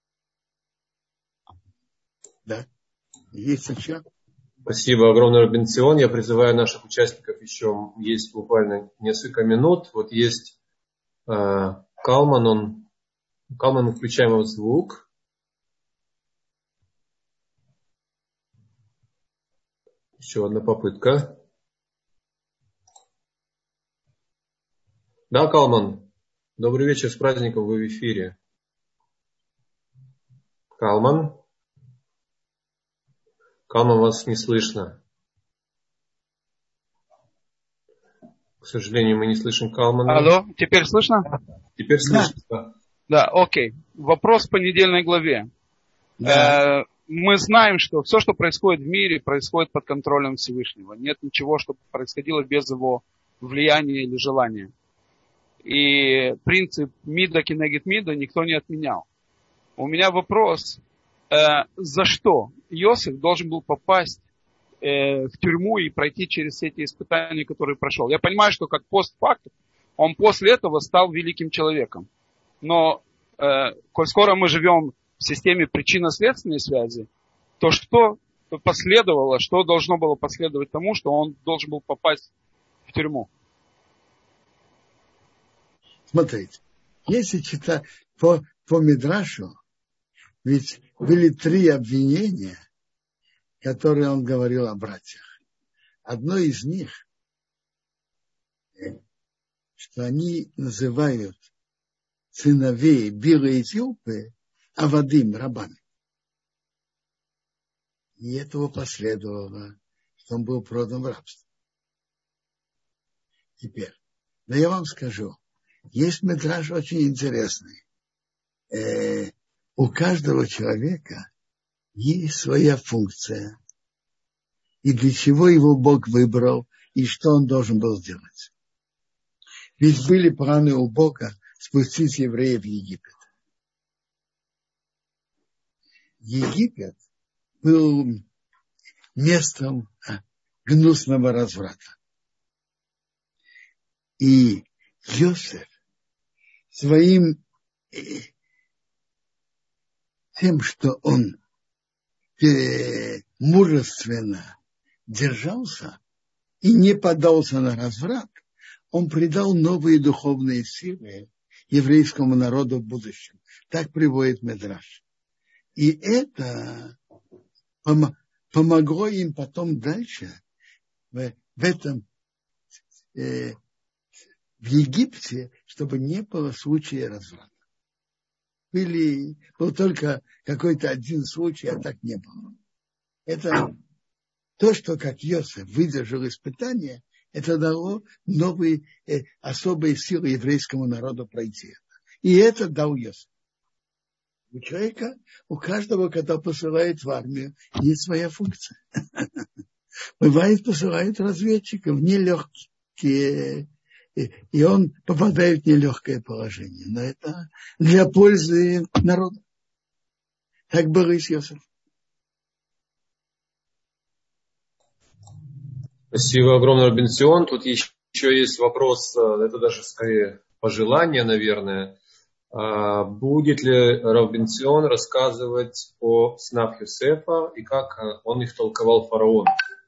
Да? Есть еще? Спасибо огромное, Рабин Цион. Я призываю наших участников, еще есть буквально несколько минут. Вот есть э, Калман, он, Калман, мы включаем его звук. Еще одна попытка. Да, Калман, добрый вечер, с праздником, вы в эфире. Калман? Калман, вас не слышно. К сожалению, мы не слышим Калмана. Алло, теперь слышно? Теперь слышно, да. Да, окей. Вопрос по недельной главе. Да. Э, мы знаем, что все, что происходит в мире, происходит под контролем Всевышнего. Нет ничего, что происходило без его влияния или желания. И принцип мида кинегит мида никто не отменял. У меня вопрос, э, за что Йосеф должен был попасть э, в тюрьму и пройти через все эти испытания, которые прошел. Я понимаю, что как постфактум он после этого стал великим человеком. Но э, коль скоро мы живем в системе причинно-следственной связи, то что последовало, что должно было последовать тому, что он должен был попасть в тюрьму? Смотрите, если читать по, по Мидрашу, ведь были три обвинения, которые он говорил о братьях. Одно из них, что они называют сыновей Била Эфиопы Авадим, рабами. И этого последовало, что он был продан в рабство. Теперь, но я вам скажу, есть мидраш очень интересный. Э, у каждого человека есть своя функция. И для чего его Бог выбрал, и что он должен был сделать. Ведь были планы у Бога спустить евреев в Египет. Египет был местом гнусного разврата. И Йосеф своим тем, что он мужественно держался и не поддался на разврат, он придал новые духовные силы еврейскому народу в будущем. Так приводит Мидраш. И это помогло им потом дальше в, в этом э, в Египте, чтобы не было случая разврата. Были, был только какой-то один случай, а так не было. Это то, что как Йосеф выдержал испытания, это дало новые, э, особые силы еврейскому народу пройти это. И это дал Йосеф. У человека, у каждого, когда посылает в армию, есть своя функция. Бывает, посылают разведчиков нелегкие, и он попадает в нелегкое положение. Но это для пользы народа. Так было и с Йосефом. Спасибо огромное, Рав Бенцион. Тут еще есть вопрос, это даже скорее пожелание, наверное. Будет ли Рав Бенцион рассказывать о снах Йосефа и как он их толковал фараону?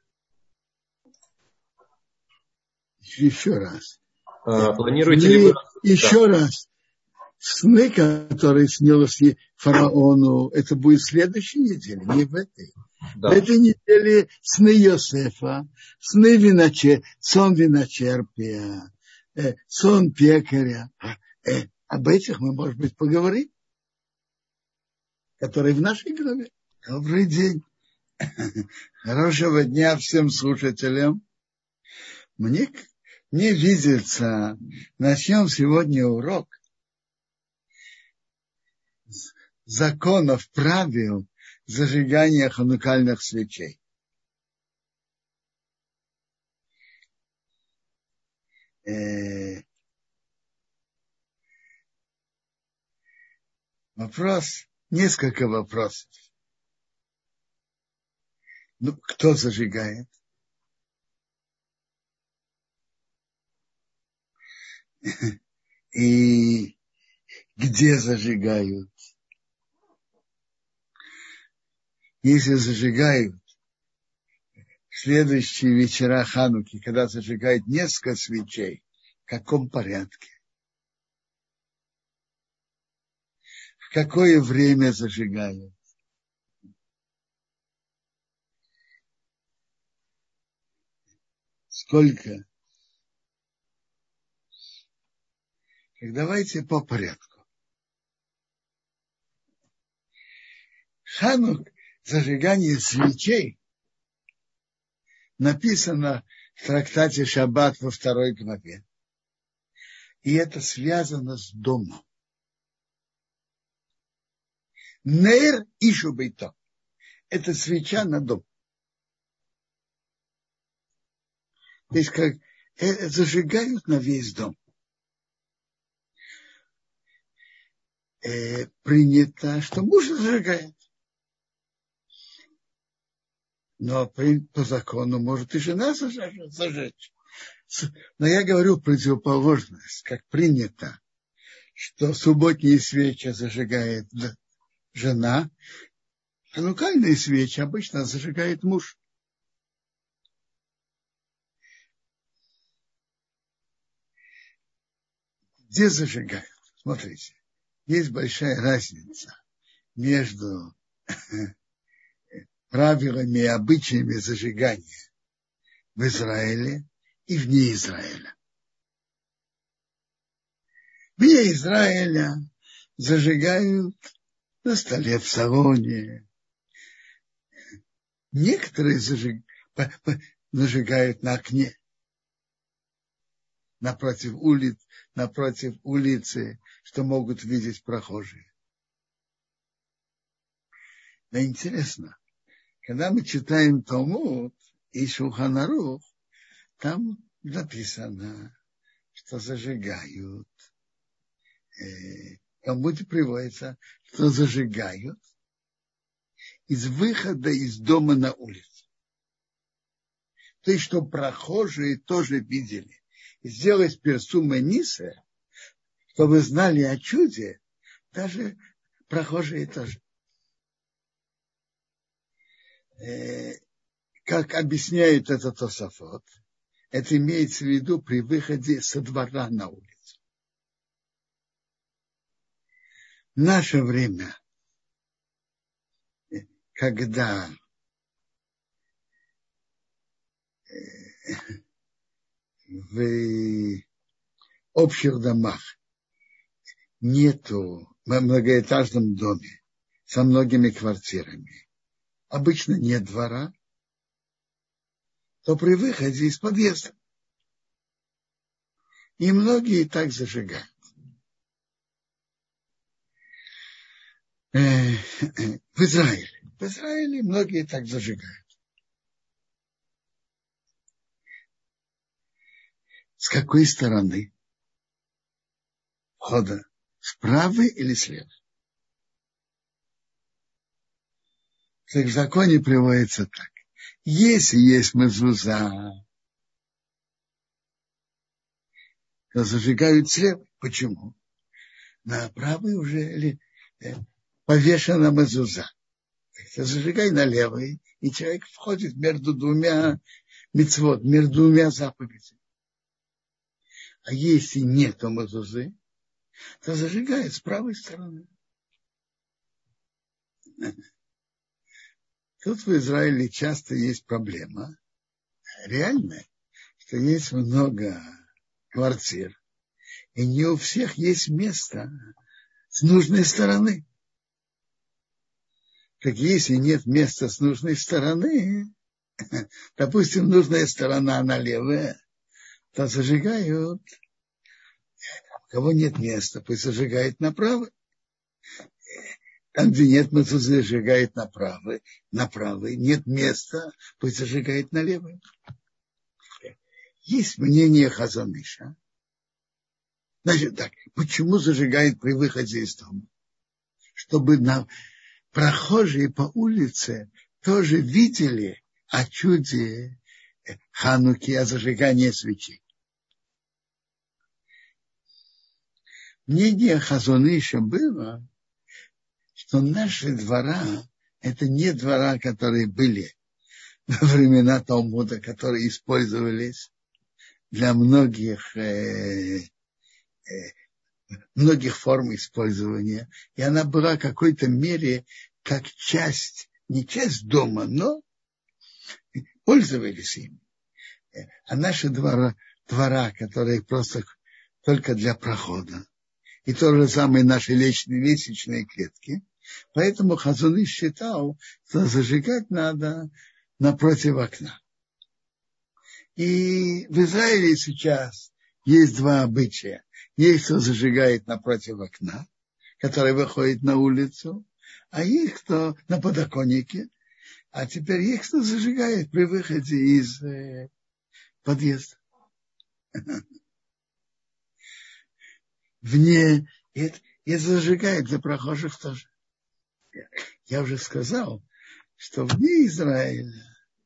Еще раз. Планируете ли вы... Еще да. раз. Сны, которые снилось фараону, это будет в следующей неделе, не в этой. Да. В этой неделе сны Йосефа, сны виночер... сон виночерпия, э, сон пекаря. Э, об этих мы, может быть, поговорим, которые в нашей голове. Добрый день. Хорошего дня всем слушателям. Мне, мне видится, начнем сегодня урок законов, правил зажигания ханукальных свечей. Э, вопрос, несколько вопросов. Ну, кто зажигает? И где зажигают? Если зажигают в следующие вечера Хануки, когда зажигают несколько свечей, в каком порядке? В какое время зажигают? Сколько? Так давайте по порядку. Ханук, зажигание свечей, написано в трактате Шаббат во второй главе. И это связано с домом. Нейр ишу бейто. Это свеча на дом. То есть как э, зажигают на весь дом. Э, принято, что муж зажигает. Но по, по закону может и жена зажечь. Но я говорю противоположность, как принято, что субботние свечи зажигает жена, а ханукальные свечи обычно зажигает муж. Где зажигают? Смотрите, есть большая разница между правилами и обычаями зажигания в Израиле и вне Израиля. Вне Израиля зажигают на столе, в салоне. Некоторые зажиг... зажигают на окне, напротив улиц, напротив улицы, что могут видеть прохожие. Но интересно, когда мы читаем Талмуд и Шулхан Арух, там написано, что зажигают. В Талмуде приводится, что зажигают из выхода из дома на улицу. То есть, что прохожие тоже видели. И сделать персума ниса, чтобы знали о чуде, даже прохожие тоже. Как объясняет этот Тосафот, это имеется в виду при выходе со двора на улицу. В наше время, когда в общих домах нету, в многоэтажном доме со многими квартирами, обычно нет двора, то при выходе из подъезда. И многие так зажигают. В Израиле. В Израиле многие так зажигают. С какой стороны входа? Справа или слева? В законе приводится так. Если есть мезуза, то зажигают слева. Почему? На правой уже повешена мезуза. Зажигай на левой, и человек входит между двумя мицвот, между двумя заповедями. А если нет мезузы, то зажигает с правой стороны. Тут в Израиле часто есть проблема, реальная, что есть много квартир, и не у всех есть место с нужной стороны. Так если нет места с нужной стороны, допустим, нужная сторона она левая, то зажигают. У кого нет места, пусть зажигает направо. Там, где нет мезузы, зажигает направо. Направо. Нет места, пусть зажигает налево. Есть мнение Хазон Иша. Значит так, почему зажигает при выходе из дома? Чтобы на прохожие по улице тоже видели о чуде Хануки, о зажигании свечей. Мнение Хазон Иша было, что наши двора – это не двора, которые были во времена Талмуда, которые использовались для многих, э, э, многих форм использования. И она была в какой-то мере как часть, не часть дома, но пользовались им. А наши двора, двора, которые просто только для прохода, и то же самое наши лестничные клетки. Поэтому Хазон Иш считал, что зажигать надо напротив окна. И в Израиле сейчас есть два обычая. Есть, кто зажигает напротив окна, который выходит на улицу, а есть, кто на подоконнике. А теперь есть, кто зажигает при выходе из э, подъезда. Вне, и, и зажигает для прохожих тоже. Я уже сказал, что вне Израиля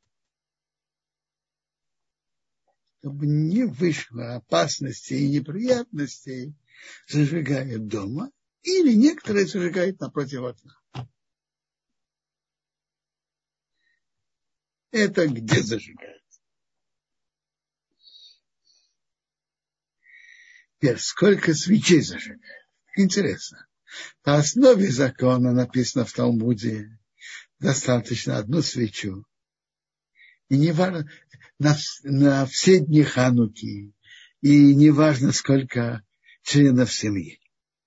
чтобы не вышло опасностей и неприятностей, зажигают дома, или некоторые зажигают напротив окна. Это где зажигают? Теперь, сколько свечей зажигают? Интересно. По основе закона написано в Талмуде, достаточно одну свечу. И не важно, на, на все дни Хануки, и не важно, сколько членов семьи.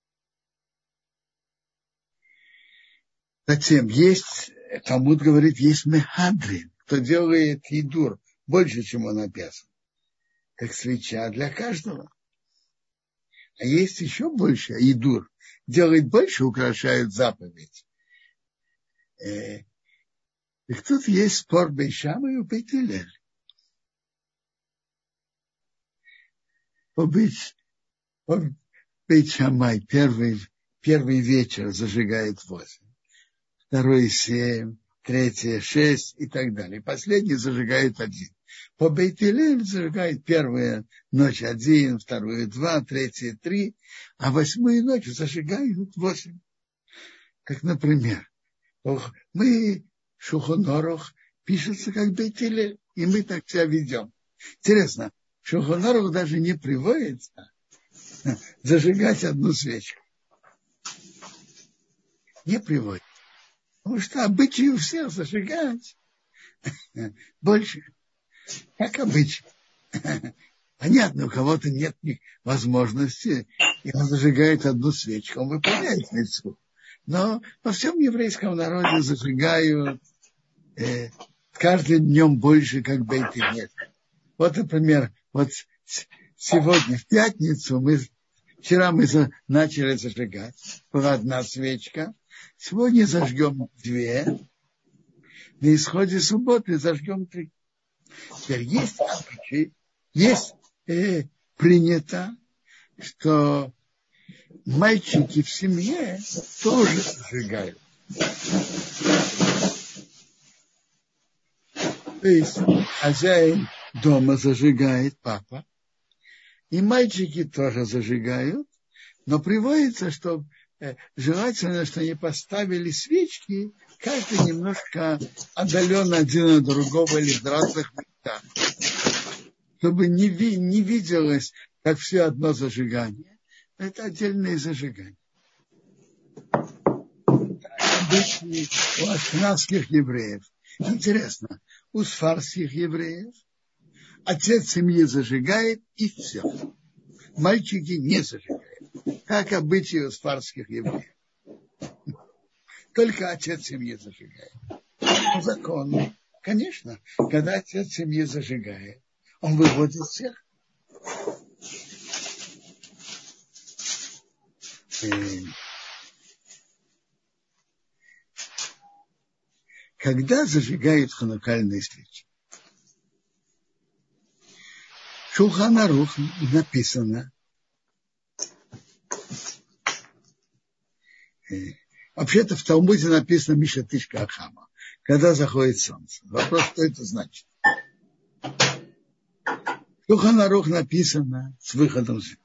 Затем есть, Талмуд говорит, есть мехадрин, кто делает идур больше, чем он обязан. Как свеча для каждого. А есть еще больше идур. Делает больше, украшают заповедь. Э, и тут есть спор Бейшама и у Бейт Гиллеля. Бейт Шамай первый, первый вечер зажигает восемь, второй семь, третий шесть и так далее. Последний зажигает один. По Бейт Гиллелю зажигает первую ночь один, вторую два, третью три, а восьмую ночь зажигают восемь. Как, например, мы Шулхан Арух пишется как Бейт Гиллель, и мы так себя ведем. Интересно, Шулхан Арух даже не приводится зажигать одну свечку. Не приводится. Потому что обычай у всех зажигать больше. Как обычно. Понятно, у кого-то нет возможности, и он зажигает одну свечку, он выполняет мицву. Но во всем еврейском народе зажигают э, каждым днем больше, как Бейт Гиллель. Вот, например, вот сегодня, в пятницу, мы, вчера мы за, начали зажигать. Была одна свечка. Сегодня зажгем две. На исходе субботы зажгем три. Теперь есть обычай, есть э, принято, что мальчики в семье тоже зажигают. То есть хозяин дома зажигает, папа, и мальчики тоже зажигают, но приводится, что э, желательно, что они поставили свечки, каждый немножко отдаленно один от другого или в разных местах, чтобы не, ви, не виделось, как все одно зажигание. Это отдельное зажигание. Обычно у ашкеназских евреев. Интересно, у сфарских евреев отец семьи зажигает, и все. Мальчики не зажигают. Как обычай у сфарских евреев. Только отец семьи зажигает. По закону, конечно, когда отец семьи зажигает, он выводит всех. И когда зажигают ханукальные свечи? В Шулхан Арух написано, вообще-то в Талмуде написано Миша Тишка Ахама, когда заходит солнце. Вопрос, что это значит? В Шулхан Арух написано с выходом звезд.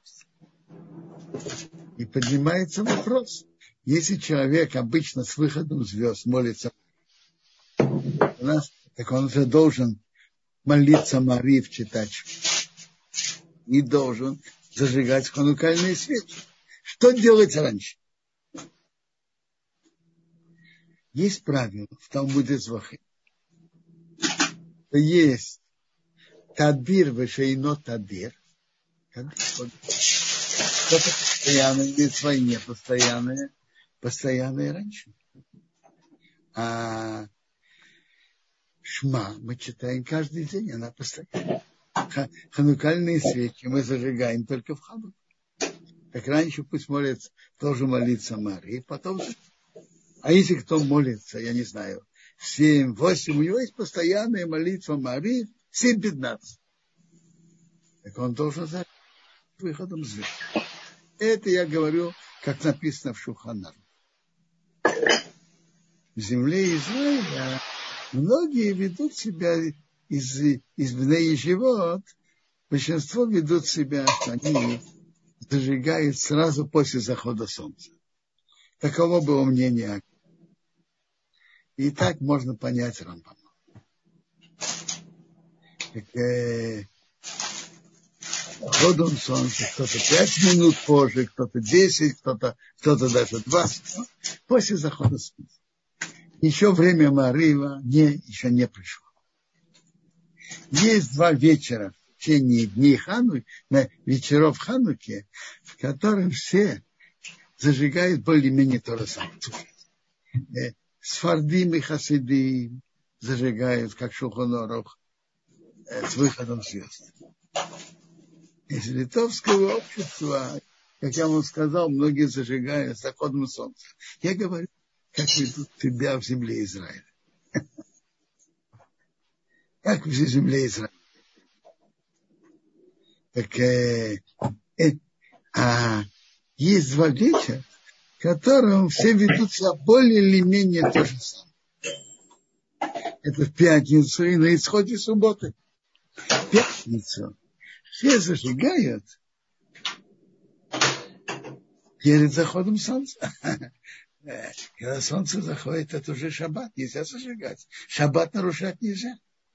И поднимается вопрос, если человек обычно с выходом звезд молится, у нас, так он уже должен молиться Марив, читать, не должен зажигать ханукальные свечи. Что делать раньше? Есть правило в Талмуде Звахим. Есть тадир вешейно тадир. Что-то постоянное, или свои непостоянные, постоянные раньше. А Шма мы читаем каждый день, она постоянная. Ханукальные свечи мы зажигаем только в Хануку. Так раньше пусть молится, тоже молиться Марии, потом... А если кто молится, я не знаю, семь, восемь, у него есть постоянная молитва Марии, семь пятнадцать. Так он должен за выходом звезд. Это я говорю, как написано в Шулхан Арух. В земле Израиля многие ведут себя из, из Бней Йешивот Большинство ведут себя, что они зажигают сразу после захода солнца. Таково было мнение. И так можно понять Рамбама. Заходом солнца кто-то пять минут позже, кто-то десять, кто-то, кто-то даже двадцать. После захода солнца. Еще время Марива не, еще не пришло. Есть два вечера в течение дней Хануки, вечеров Хануки, в которых все зажигают более-менее то же самое. Сфардим и хасидим зажигают, как Шулхан Арух, с выходом звезд. Из литовского общества, как я вам сказал, многие зажигают с заходом солнца. Я говорю, как ведут себя в земле Израиля. Как в земле Израиля. Так, э, э, а есть два вечера, в котором все ведут себя более или менее то же самое. Это в пятницу и на исходе субботы. В пятницу все зажигают перед заходом солнца. Когда солнце заходит, это уже шаббат, нельзя зажигать. Шаббат нарушать нельзя.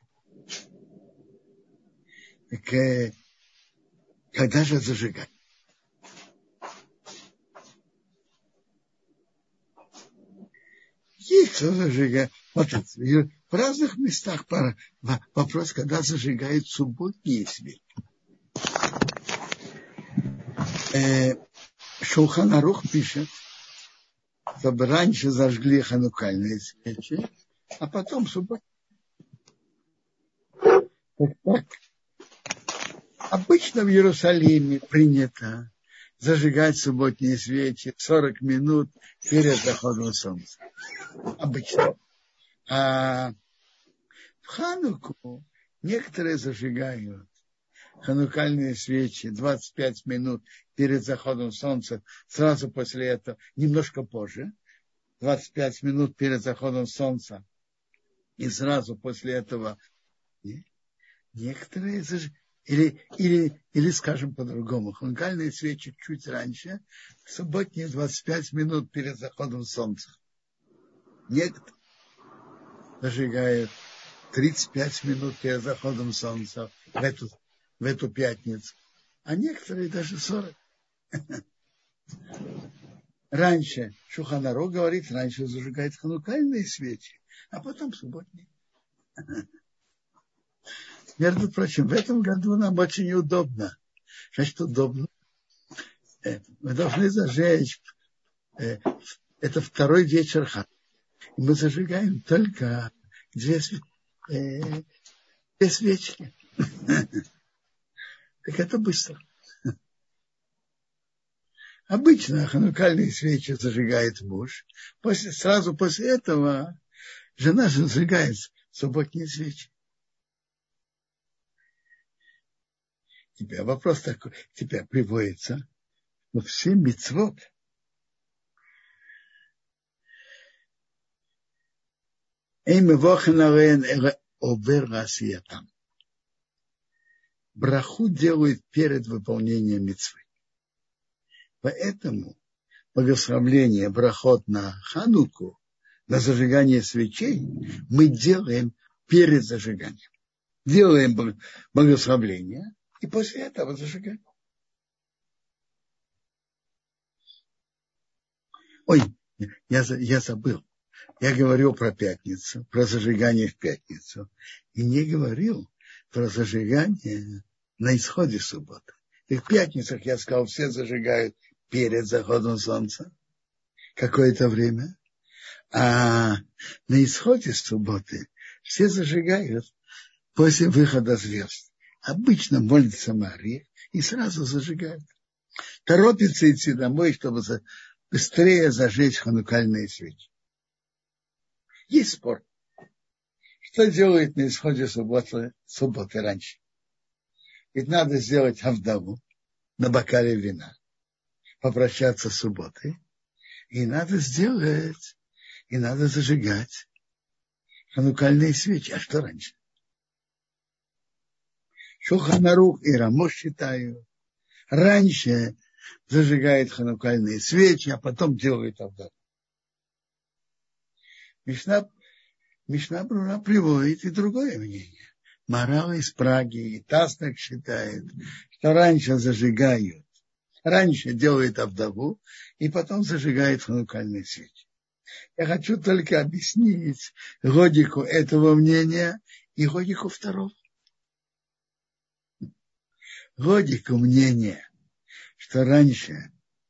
Так, э, когда же зажигать? Есть кто зажигает. Вот в разных местах вопрос, когда зажигают субботние свечи. Э, Шулхан Арух пишет, чтобы раньше зажгли ханукальные свечи, а потом субботние. Так, так. Обычно в Иерусалиме принято зажигать субботние свечи сорок минут перед заходом солнца. Обычно. А в Хануку некоторые зажигают ханукальные свечи двадцать пять минут перед заходом солнца, сразу после этого, немножко позже, двадцать пять минут перед заходом солнца, и сразу после этого некоторые зажигают. Или, или, или, скажем по-другому, ханукальные свечи чуть раньше, субботние двадцать пять минут перед заходом солнца. Некоторые зажигают тридцать пять минут перед заходом солнца в эту, в эту пятницу, а некоторые даже сорок. Раньше, Шулхан Арух говорит, раньше зажигают ханукальные свечи, а потом субботние. Между прочим, в этом году нам очень удобно. Значит, удобно. Мы должны зажечь. Это второй вечер Хануки. Мы зажигаем только две, две свечки. Так это быстро. Обычно ханукальные свечи зажигает муж. После, сразу после этого жена зажигает субботние свечи. Теперь вопрос такой, теперь приводится, но все мицвот браху делают перед выполнением мицвы. Поэтому благословление брахот на Хануку, на зажигание свечей, мы делаем перед зажиганием. Делаем благословление, и после этого зажигаем. Ой, я, я забыл. Я говорил про пятницу, про зажигание в пятницу. И не говорил про зажигание на исходе субботы. И в пятницах, я сказал, все зажигают перед заходом солнца какое-то время. А на исходе субботы все зажигают после выхода звезд. Обычно молится Мария и сразу зажигает. Торопится идти домой, чтобы быстрее зажечь ханукальные свечи. Есть спор. Что делает на исходе субботы, субботы раньше? Ведь надо сделать авдаву на бокале вина, попрощаться с субботой, и надо сделать, и надо зажигать ханукальные свечи. А что раньше? Шулхан Арух и Рамо считают. Раньше зажигают ханукальные свечи, а потом делают авдалу. Мишна, Мишна Брура приводит и другое мнение. Марал из Праги, и Тас так считает, что раньше зажигают, раньше делают авдалу, и потом зажигают ханукальные свечи. Я хочу только объяснить логику этого мнения и логику второго. Логику мнения, что раньше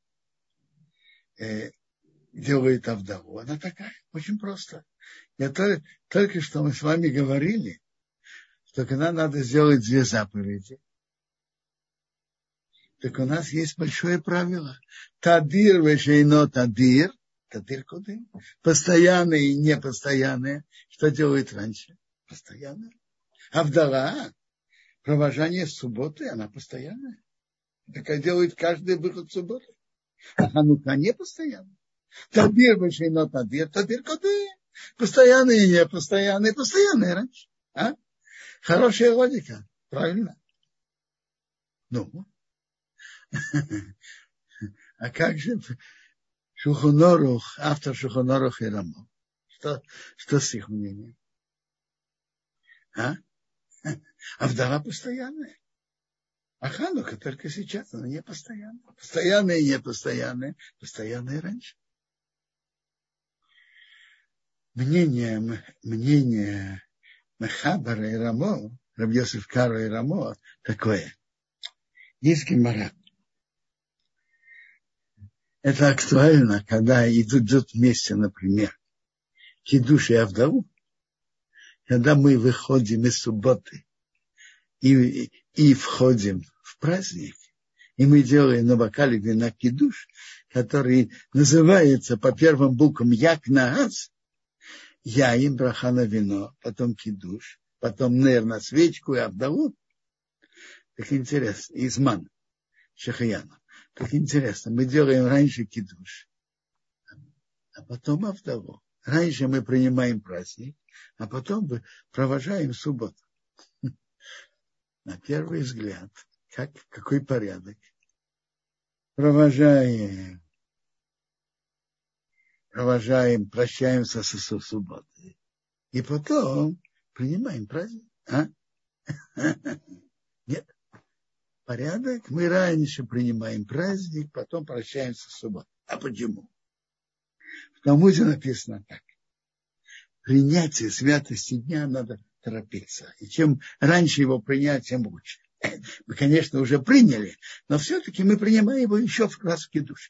э, делают авдалу, она такая, очень просто. Я только, только что мы с вами говорили, что когда надо сделать две заповеди, так у нас есть большое правило. Тадир вешейно тадир, тадир куды? Постоянное и непостоянное. Что делает раньше? Постоянное. Авдала, провожание субботы, она постоянная. Так делает каждый выход субботы. А ханука не постоянная. Тадир вешейно тадир, тадир куды? Постоянное и непостоянное, постоянное раньше. А? Хорошая логика, правильно? Ну, а как же Шулхан Арух, автор Шулхан Арух и Рамо? Что, что с их мнением? А? Авдала постоянная. А Ханука только сейчас, она не постоянная. Постоянная и непостоянная, постоянная раньше. Мнение, мнение Мехабара и Рамо, Рабби Йосеф Каро и Рамо, такое. Есть гемара. Это актуально, когда идут вместе, например, кидуш и авдалу, когда мы выходим из субботы и, и входим в праздник, и мы делаем на бокале вина кидуш, который называется по первым буквам як наас, яин, браха на вино, потом кидуш, потом нер на свечку и авдалу. Так интересно, изман, шахаяна. Так интересно, мы делаем раньше кидуш, а потом авдалу. Раньше мы принимаем праздник, а потом провожаем субботу. На первый взгляд, как, какой порядок. Провожаем, провожаем, прощаемся со субботой. И потом принимаем праздник. А? Нет. Порядок. Мы раньше принимаем праздник, потом прощаемся с субботой. А почему? В Талмуде написано так. Принятие святости дня надо торопиться. И чем раньше его принять, тем лучше. Мы, конечно, уже приняли, но все-таки мы принимаем его еще в раз в кидуш.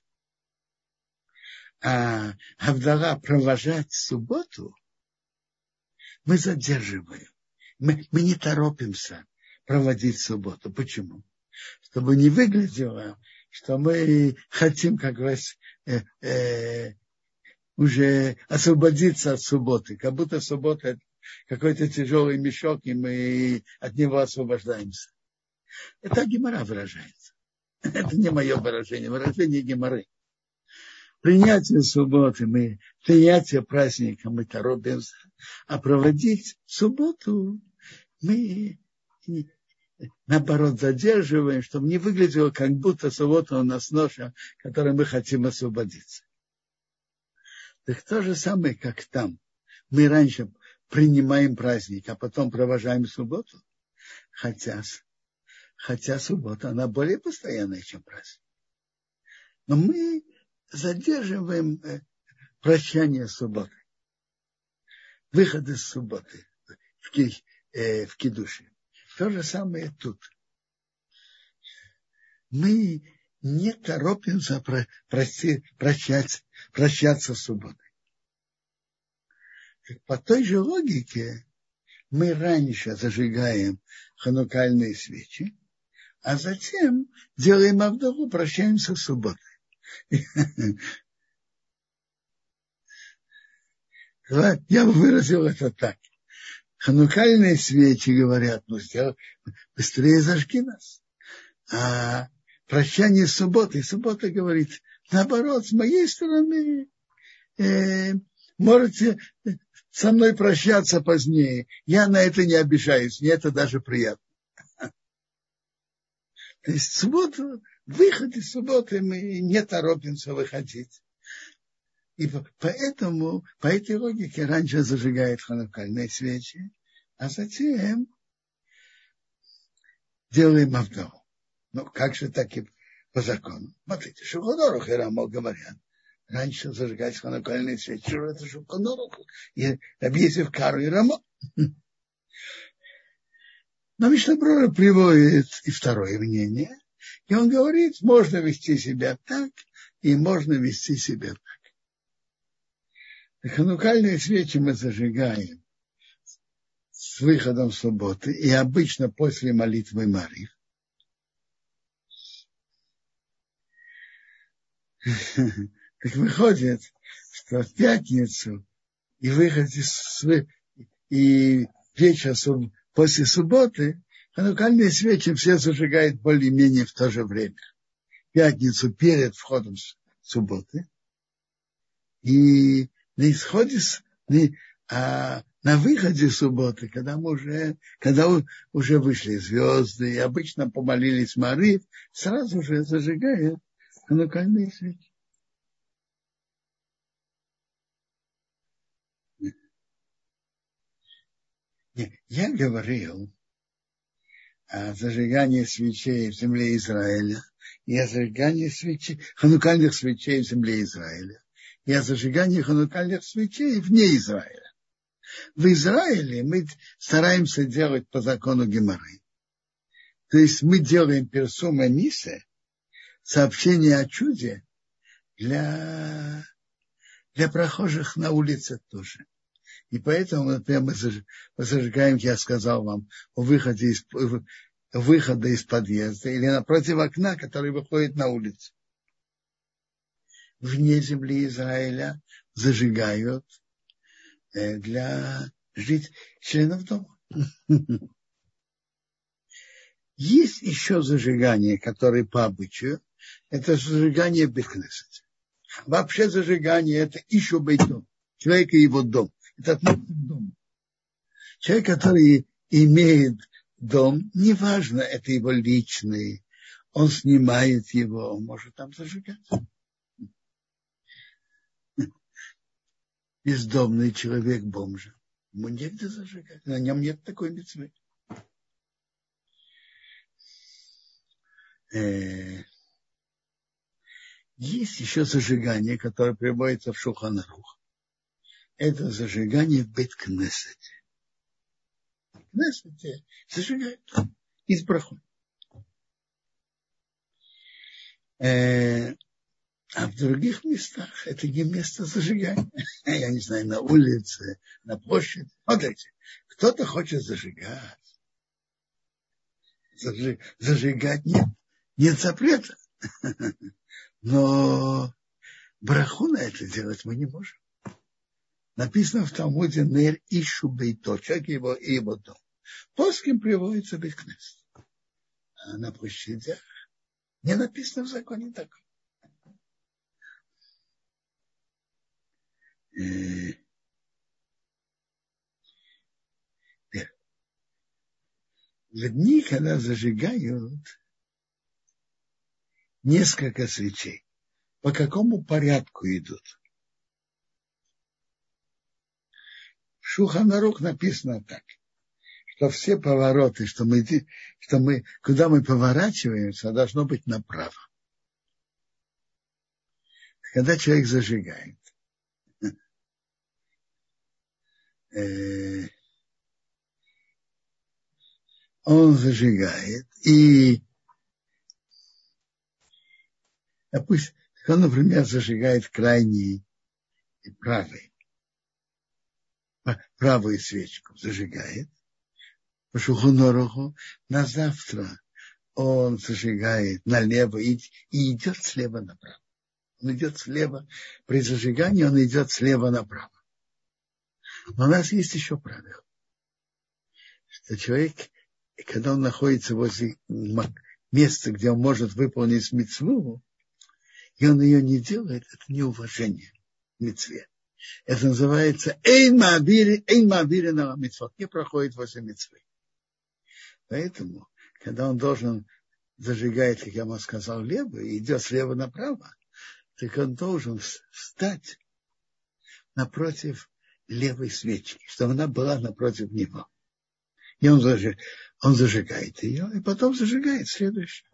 А авдала провожать субботу мы задерживаем. Мы, мы не торопимся проводить субботу. Почему? Чтобы не выглядело, что мы хотим, как раз, э, э, уже освободиться от субботы. Как будто суббота – это какой-то тяжелый мешок, и мы от него освобождаемся. Это гемара выражается. Это не мое выражение, выражение гемары. Принятие субботы, мы, принятие праздника мы торопимся, а проводить субботу мы наоборот задерживаем, чтобы не выглядело, как будто суббота у нас ноша, которой мы хотим освободиться. Так то же самое, как там. Мы раньше принимаем праздник, а потом провожаем субботу, хотя, хотя суббота, она более постоянная, чем праздник. Но мы задерживаем прощание субботы, выход из субботы в, ки, э, в кидуше. То же самое тут. Мы не торопимся про, прости, прощать, прощаться с субботой. По той же логике мы раньше зажигаем ханукальные свечи, а затем делаем авдалу, прощаемся с субботой. Я бы выразил это так. Ханукальные свечи говорят, ну сделай, быстрее зажги нас. А прощание с субботой, суббота говорит, наоборот, с моей стороны, э, можете со мной прощаться позднее. Я на это не обижаюсь, мне это даже приятно. То есть субботу, выход из субботы мы не торопимся выходить. И поэтому, по этой логике, раньше зажигают ханукальные свечи, а затем делаем авдову. Ну, как же так и по закону? Смотрите, Шулхан Арух и Рамо говорят, раньше зажигать ханукальные свечи, что это Шулхан Арух, и объездив Кару и Рамо. Но Мишна Брура приводит и второе мнение, и он говорит, можно вести себя так, и можно вести себя так. Ханукальные свечи мы зажигаем с выходом субботы, и обычно после молитвы Марив. Так выходит, что в пятницу и выход из, и вечер после субботы ханукальные свечи все зажигают более-менее в то же время. В пятницу перед входом субботы. И на исходе, а на выходе субботы, когда мы уже, когда уже вышли звезды и обычно помолились Марив, сразу же зажигают ханукальные свечи. Я говорил о зажигании свечей в земле Израиля и о зажигании свечей, ханукальных свечей в земле Израиля и о зажигании ханукальных свечей вне Израиля. В Израиле мы стараемся делать по закону Гемары. То есть мы делаем персума мисе, сообщение о чуде для, для прохожих на улице тоже. И поэтому, например, мы зажигаем, я сказал вам, о выходе из, выхода из подъезда или напротив окна, который выходит на улицу. Вне земли Израиля зажигают для жить членов дома. Есть еще зажигание, которое по обычаю, это зажигание в бейт-кнесете. Вообще зажигание это еще бейт-дом, человек и его дом. Это относится к дому. Человек, который имеет дом, неважно, это его личный, он снимает его, он может там зажигать. Бездомный человек бомжа, ему негде зажигать, на нем нет такой мицвы. Есть еще зажигание, которое приводится в Шулхан Арух. Это зажигание в бейт-кнесете. В кнесете зажигают из брахот. Э, а в других местах это не место зажигания. Я не знаю, на улице, на площади. Смотрите, кто-то хочет зажигать. Зажиг, зажигать нет, нет запрета. Но браху на это делать мы не можем. Написано в Талмуде «Нер ишу бейто», человек его и его дом. Плоским приводится бейт-кнесет. А на площадях не написано в законе такое. В дни, когда зажигают несколько свечей, по какому порядку идут? В Шулхан Арух написано так, что все повороты, что мы, что мы, куда мы поворачиваемся, должно быть направо. Когда человек зажигает, э, он зажигает, и допустим, он, например, зажигает крайний правый. Правую свечку зажигает по Шулхан Аруху, на завтра он зажигает налево и, и идет слева направо. Он идет слева, при зажигании он идет слева направо. Но у нас есть еще правило, что человек, когда он находится возле места, где он может выполнить мицву, и он ее не делает, это неуважение к мицве. Это называется «Эйн ма'авири, эйн ма'авири на мицвот». Не проходит возле мицвы. Поэтому, когда он должен зажигает, как я вам сказал, лево и идет слева направо, так он должен встать напротив левой свечки, чтобы она была напротив него. И он, зажиг, он зажигает ее, и потом зажигает следующую.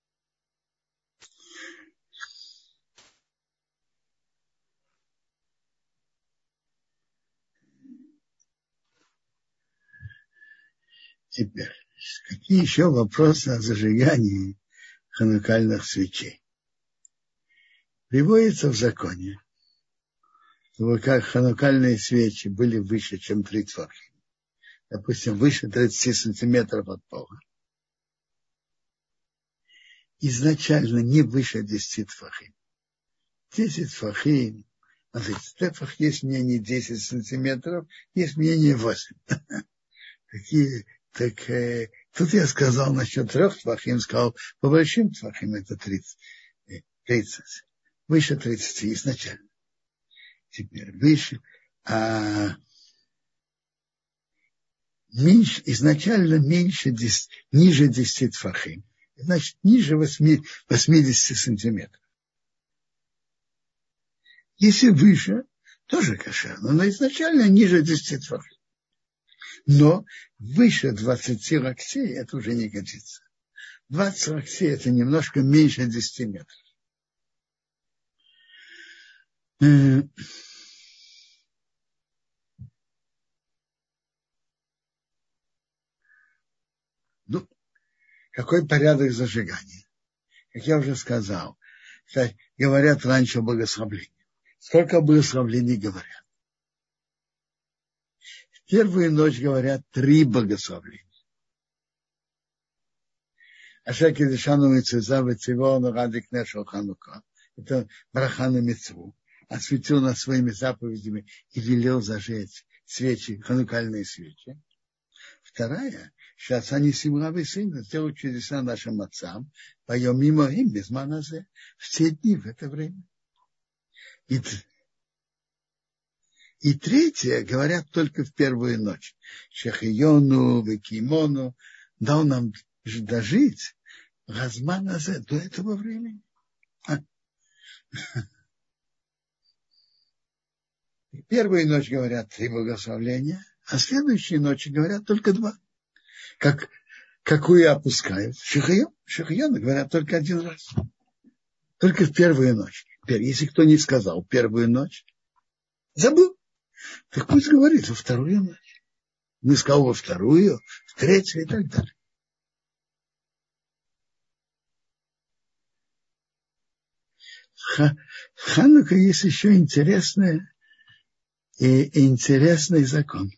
Теперь, какие еще вопросы о зажигании ханукальных свечей? Приводится в законе, что как ханукальные свечи были выше, чем три тфахим, допустим, выше тридцати сантиметров от пола, изначально не выше десяти тфахим. десять тфахим, смотрите, тефах есть мнение десять сантиметров, есть мнение восемь. Такие, так, э, тут я сказал насчет трех тфахим, сказал, по большим тфахим это тридцать, тридцать, выше тридцати изначально. Теперь выше, а меньше, изначально меньше, ниже десяти тфахим, значит, ниже восьмидесяти сантиметров. Если выше, тоже кошерно, но изначально ниже десяти тфахим. Но выше двадцати локтей это уже не годится. двадцать локтей это немножко меньше десяти метров. Ну, какой порядок зажигания? Как я уже сказал, говорят раньше о благословении. Сколько благословений говорят? В первую ночь говорят три благословения. Ашер кидешану мицвоза вецивону радик нешел ханука. Это браха на мицву. Осветил нас своими заповедями и велел зажечь свечи, ханукальные свечи. Вторая, сейчас они симравы сына сделают чудеса нашим отцам, поем мимо им без маназе, в те дни, в это время. И, и третье, говорят только в первую ночь. Шехиону, Векимону, дал нам дожить газманазе до этого времени. А? Первую ночь говорят три благословления, а следующие ночи говорят только два. Как, какую опускают? Шехайон. Шехайон говорят только один раз. Только в первую ночь. Теперь, если кто не сказал первую ночь, забыл, так пусть говорит во вторую ночь. Не сказал во вторую, в третью и так далее. В Ханука есть еще интересное и интересный закон.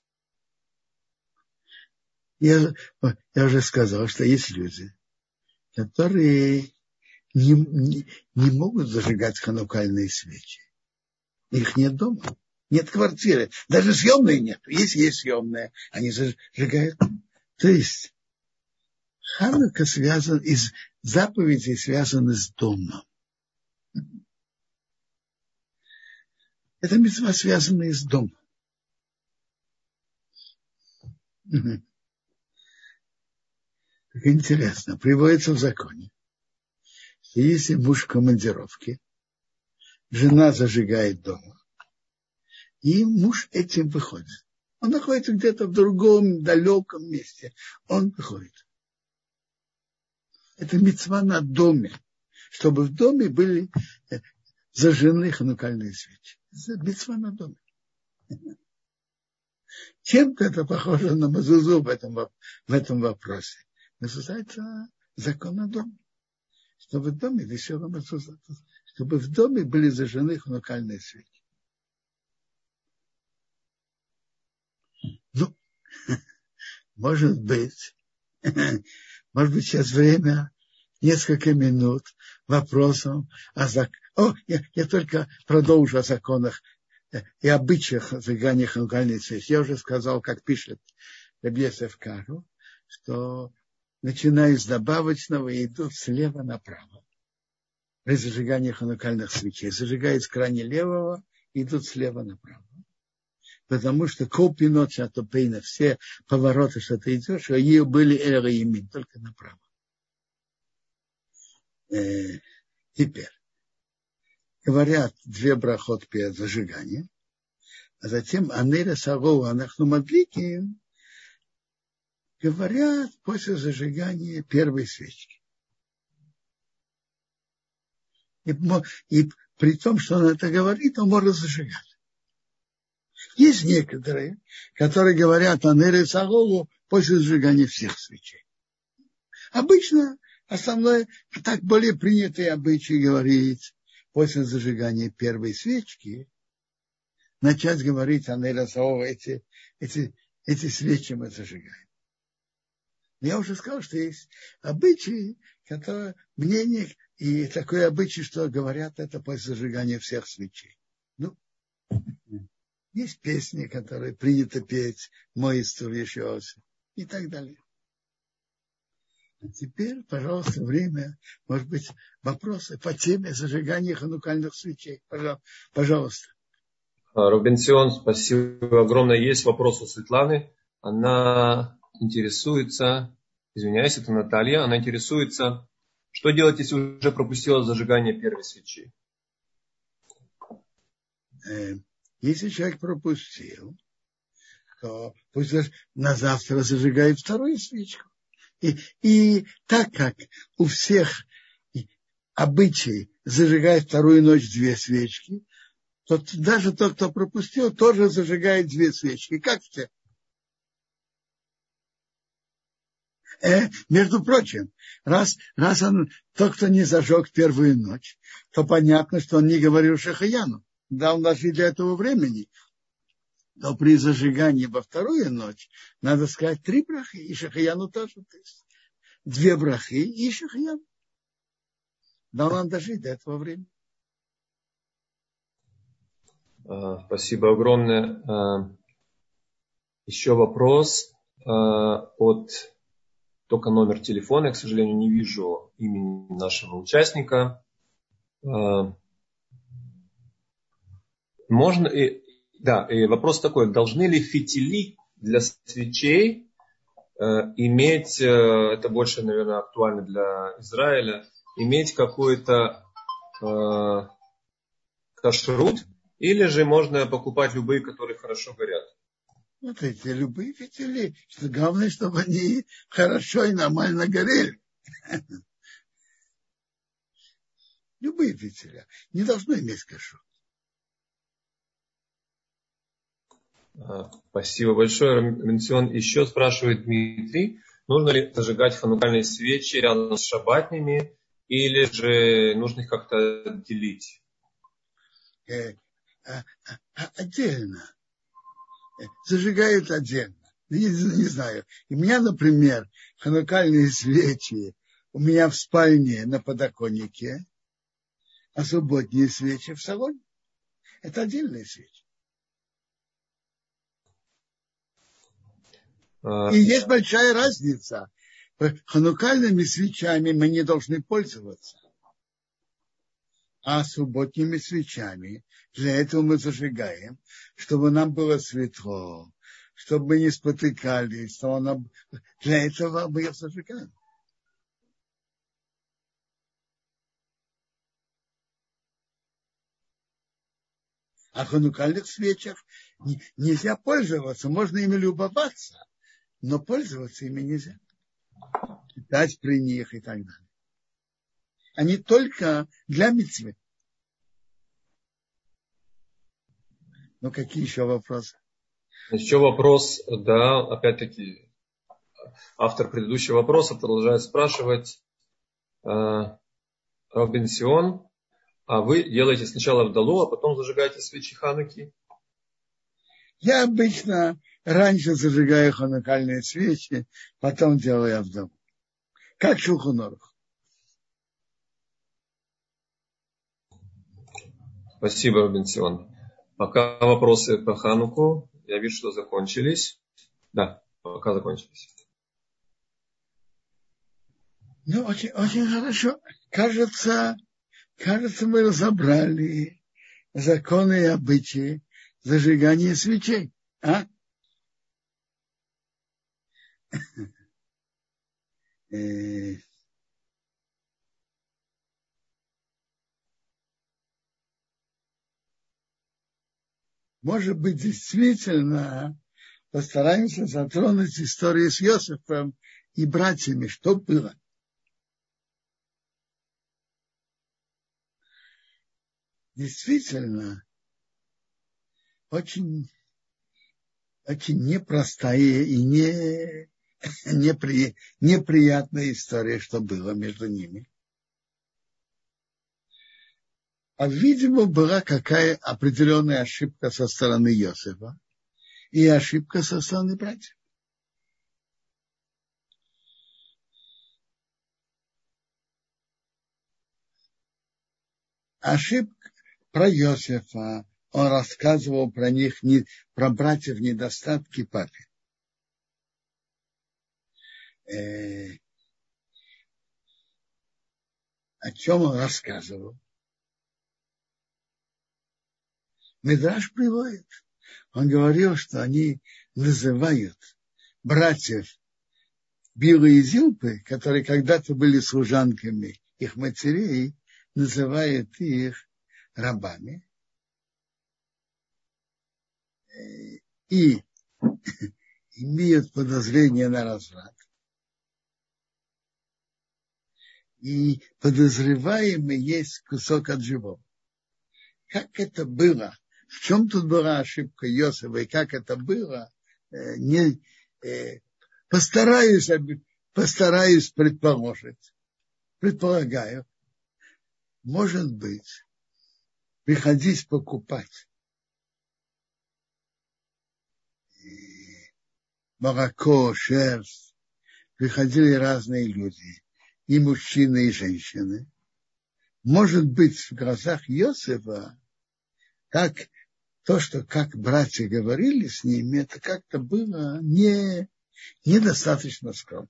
Я, я уже сказал, что есть люди, которые не, не, не могут зажигать ханукальные свечи. Их нет дома, нет квартиры, даже съемной нет. Если есть съемная, они зажигают. То есть Ханука связан, из заповедей связаны с домом. Это мицва, связанная с домом. Так интересно, приводится в законе, что если муж в командировке, жена зажигает дома, и муж этим выходит. Он находится где-то в другом далеком месте. Он выходит. Это мицва на доме, чтобы в доме были зажжены ханукальные свечи. Это мицва на доме. Чем-то это похоже на мазузу в этом, в этом вопросе. Называется закон на доме. Чтобы в доме висела мазуза. Чтобы в доме были зажжены ханукальные свечи. Ну, может быть, может быть, сейчас время, несколько минут вопросом о законе. О, я, я только продолжу о законах и обычаях зажигания ханукальных свеч. Я уже сказал, как пишет Рабби Йосеф Кару, что начиная с добавочного идут слева направо. При зажигании ханукальных свечей зажигают с крайне левого, идут слева направо. Потому что колпинот шатопейна, все повороты, что ты идешь, они были эраимин, только направо. Э, теперь. Говорят две брахот перед зажиганием, а затем анера сагова анахну мадликим говорят после зажигания первой свечки. И, и при том, что он это говорит, он может зажигать. Есть некоторые, которые говорят анера сагова после зажигания всех свечей. Обычно основное, так более принятые обычаи говорить после зажигания первой свечки, начать говорить анера сагова, эти, эти, эти свечи мы зажигаем. Я уже сказал, что есть обычаи, которые, мнение, и такое обычай, что говорят это после зажигания всех свечей. Ну, есть песни, которые принято петь, «Моисту еще» и так далее. А теперь, пожалуйста, время, может быть, вопросы по теме зажигания ханукальных свечей. Пожалуйста. Робинсион, спасибо огромное. Есть вопрос у Светланы. Она интересуется, извиняюсь, это Наталья, она интересуется, что делать, если уже пропустила зажигание первой свечи? Если человек пропустил, то пусть на завтра зажигает вторую свечку. И, и так как у всех обычай зажигает вторую ночь две свечки, то даже тот, кто пропустил, тоже зажигает две свечки. Как все? Э, между прочим, раз, раз он, тот, кто не зажег первую ночь, то понятно, что он не говорил шахаяну. Да, он даже для этого времени. Но при зажигании во вторую ночь надо сказать три брахи, и шахаяну тоже. То есть две брахи и шахаяну. Да, он надо дожить до этого времени. Спасибо огромное. Еще вопрос от... Только номер телефона, я, к сожалению, не вижу имени нашего участника. Можно, и, да, и вопрос такой, должны ли фитили для свечей э, иметь, э, это больше, наверное, актуально для Израиля, иметь какой-то э, кашрут, или же можно покупать любые, которые хорошо горят? Вот эти любые фитили, что главное, чтобы они хорошо и нормально горели. Любые фитили не должны иметь кашрут. Спасибо большое, Робинсион. Еще спрашивает Дмитрий, нужно ли зажигать ханукальные свечи рядом с шаббатными, или же нужно их как-то отделить? Э, а, а, отдельно. Зажигают отдельно. Не, не знаю. У меня, например, ханукальные свечи у меня в спальне на подоконнике, а субботние свечи в салоне. Это отдельные свечи. И есть большая разница. Ханукальными свечами мы не должны пользоваться. А субботними свечами для этого мы зажигаем, чтобы нам было светло, чтобы мы не спотыкались. Чтобы нам... Для этого мы их зажигаем. А ханукальных свечах нельзя пользоваться, можно ими любоваться, но пользоваться ими нельзя. Читать при них и так далее. Они только для мицвы. Ну, какие еще вопросы? Еще вопрос, да, опять-таки, автор предыдущего вопроса продолжает спрашивать. Робинсион, а вы делаете сначала вдалу, а потом зажигаете свечи хануки? Я обычно раньше зажигаю ханукальные свечи, потом делаю вдалу. Как Шулхан Арух. Спасибо, Робинсион. Пока вопросы по Хануку, я вижу, что закончились. Да, пока закончились. Ну, очень, очень хорошо. Кажется, кажется, мы разобрали законы и обычаи зажигания свечей. А? Может быть, действительно постараемся затронуть историю с Йосефом и братьями, что было. Действительно, очень, очень непростая и не, непри, неприятная история, что было между ними. А, видимо, была какая определенная ошибка со стороны Йосефа и ошибка со стороны братьев. Ошибка про Йосефа. Он рассказывал про них, не, про братьев недостатки папе. Э, о чем он рассказывал? Мидраш приводит. Он говорил, что они называют братьев Билы и Зилпы, которые когда-то были служанками их матерей, называют их рабами. И имеют подозрение на разврат. И подозреваемый есть кусок от живого. Как это было? В чем тут была ошибка Йосефа и как это было? Не, постараюсь, постараюсь предположить. Предполагаю, может быть, приходить покупать молоко, шерсть. Приходили разные люди, и мужчины, и женщины. Может быть, в глазах Йосефа, как то, что как братья говорили с ними, это как-то было не, недостаточно скромно.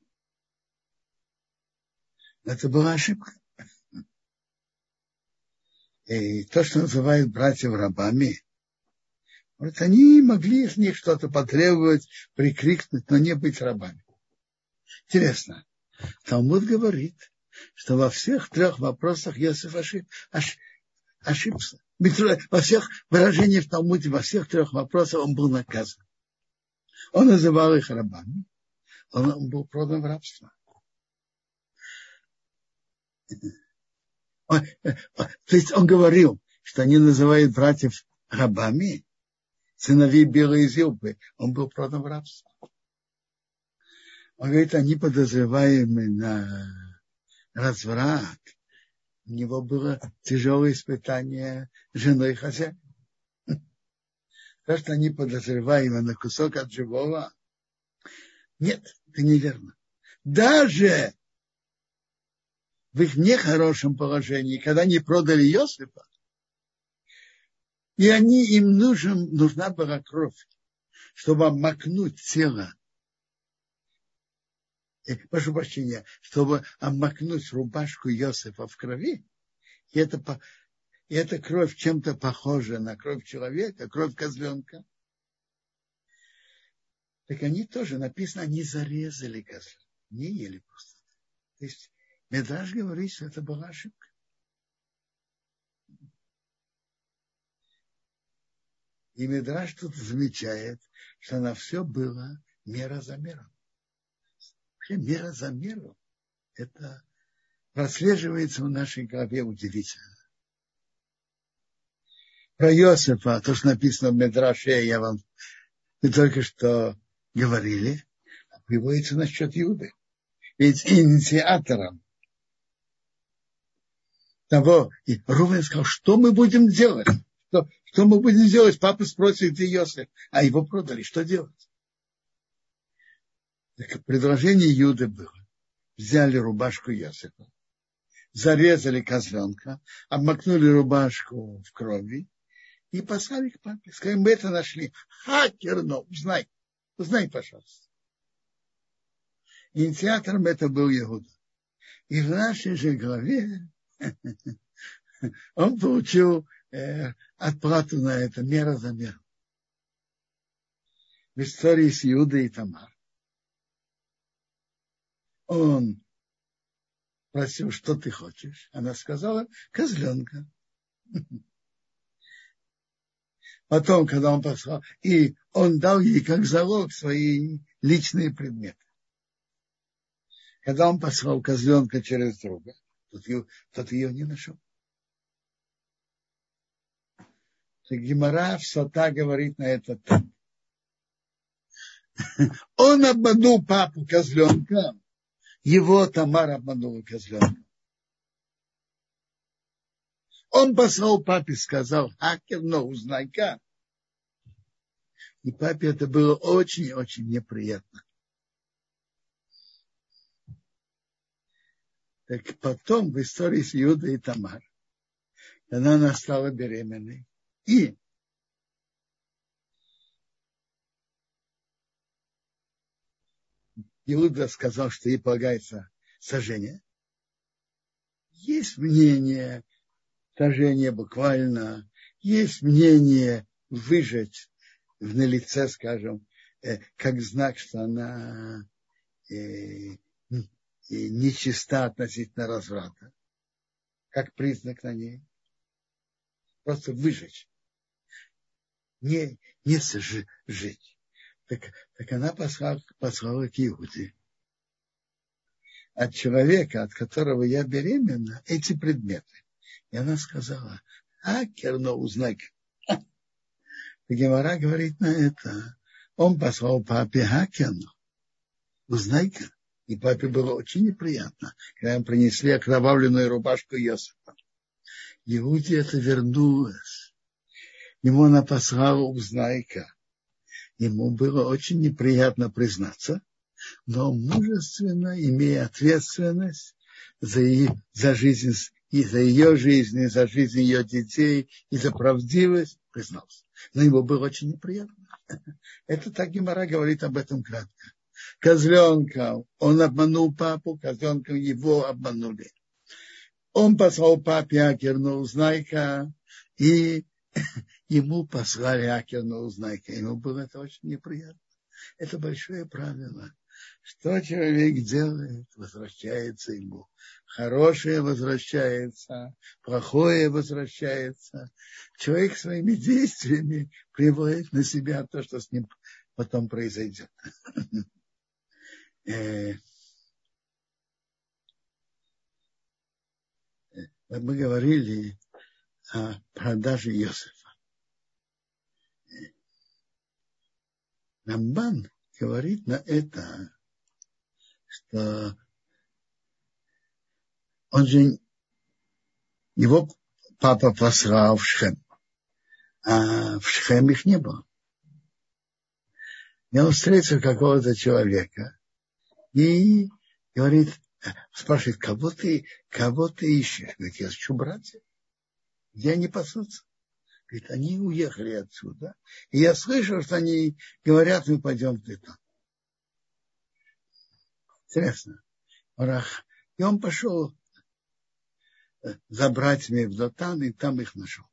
Это была ошибка. И то, что называют братьев рабами, вот они могли из них что-то потребовать, прикрикнуть, но не быть рабами. Интересно, Талмуд говорит, что во всех трех вопросах Йосеф ошиб, ошиб, ошибся. Во всех выражениях в Талмуде, во всех трех вопросах он был наказан. Он называл их рабами, он, он был продан в рабство. Он, то есть он говорил, что они называют братьев рабами, сыновей Билы и Зилпы. Он был продан в рабство. Он говорит, они подозреваемы на разврат. У него было тяжелое испытание женой хозяина. То, что они подозреваемы на кусок от живого, нет, это неверно. Даже в их нехорошем положении, когда они продали Йосефа, и они, им нужен, нужна была кровь, чтобы обмакнуть тело, э, прошу прощения, чтобы обмакнуть рубашку Йосефа в крови, и это, и эта кровь чем-то похожа на кровь человека, кровь козленка, так они тоже, написано, они зарезали козленка, не ели просто. То есть Мидраш говорит, что это была ошибка. И Мидраш тут замечает, что на все было мера за мером. Вообще мера за меру, это прослеживается в нашей голове удивительно. Про Йосефа, то, что написано в Мидраше, я вам мы только что говорили, приводится насчет Иуды. Ведь инициатором того, и Рувен сказал, что мы будем делать? Что, что мы будем делать? Папа спросит и Йосеф, а его продали, что делать? Так предложение Иуды было. Взяли рубашку Йосефа, зарезали козленка, обмакнули рубашку в крови и послали к папе. Сказали, мы это нашли. Хакерно, узнай, узнай, пожалуйста. Инициатором это был Иуда. И в нашей же главе он получил э, отплату на это, мера за меру. В истории с Иудой и Тамар. Он спросил, что ты хочешь. Она сказала, козленка. Потом, когда он послал, и он дал ей как залог свои личные предметы. Когда он послал козленка через друга, тот ее, тот ее не нашел. Гемара в Сота говорит на это так. Он обманул папу козленка, его Тамар обманула козленка. Он послал папе, сказал, хакер, но узнай-ка. И папе это было очень-очень неприятно. Так потом в истории с Иудой и Тамар, когда она стала беременной, и Иуда сказал, что ей полагается сожжение. Есть мнение, сожжение буквально, есть мнение выжать на лице, скажем, э, как знак, что она э, нечиста относительно разврата, как признак на ней. Просто выжечь, не, не сожжить. Так, так она послала, послала к Иуде. От человека, от которого я беременна, эти предметы. И она сказала, хакер, но узнай. Гемара говорит на это. Он послал папе хакерну. Узнай-ка. И папе было очень неприятно, когда им принесли окровавленную рубашку Йосифа. Иуде это вернулось. Ему она послала узнай-ка. Ему было очень неприятно признаться, но мужественно, имея ответственность за, ее, за жизнь, и за ее жизнь, и за жизнь ее детей, и за правдивость, признался. Но ему было очень неприятно. Это так Гемара говорит об этом кратко. Козленка, он обманул папу, козленка его обманули. Он послал папе Акерну узнай-ка, и ему послали Акерну узнай-ка. Ему было это очень неприятно. Это большое правило. Что человек делает, возвращается ему. Хорошее возвращается, плохое возвращается. Человек своими действиями приводит на себя то, что с ним потом произойдет. Мы говорили о продаже Йосифа. Рамбан говорит на это, что он же, его папа послал в Шхем, а в Шхем их не было. И он встретил какого-то человека и говорит, спрашивает, кого ты, кого ты ищешь? Говорит, я ищу братья. Где они пасутся? Говорит, они уехали отсюда. И я слышал, что они говорят, мы пойдем в Дотан. Интересно. И он пошел за братьями в Дотан, и там их нашел.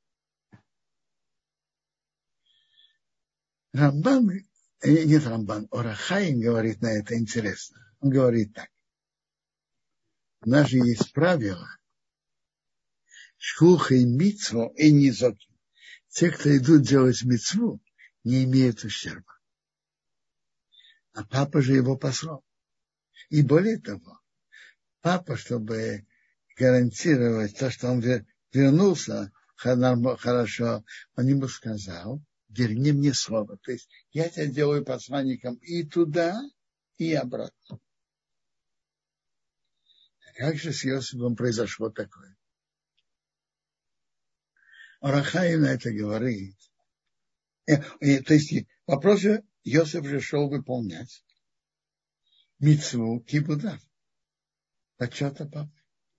Рамбан, нет Рамбан, Ор ха-Хаим говорит на это интересно. Он говорит так. У нас же есть правило. Шхуха и мицву и низоки. Те, кто идут делать мицву, не имеют ущерба. А папа же его послал. И более того, папа, чтобы гарантировать то, что он вернулся хорошо, он ему сказал, верни мне слово. То есть я тебя делаю посланником и туда, и обратно. Как же с Йосифом произошло такое? Ор ха-Хаим на это говорит. И, и, то есть вопрос же, Йосиф же шел выполнять мицву кибудав. Почета папы.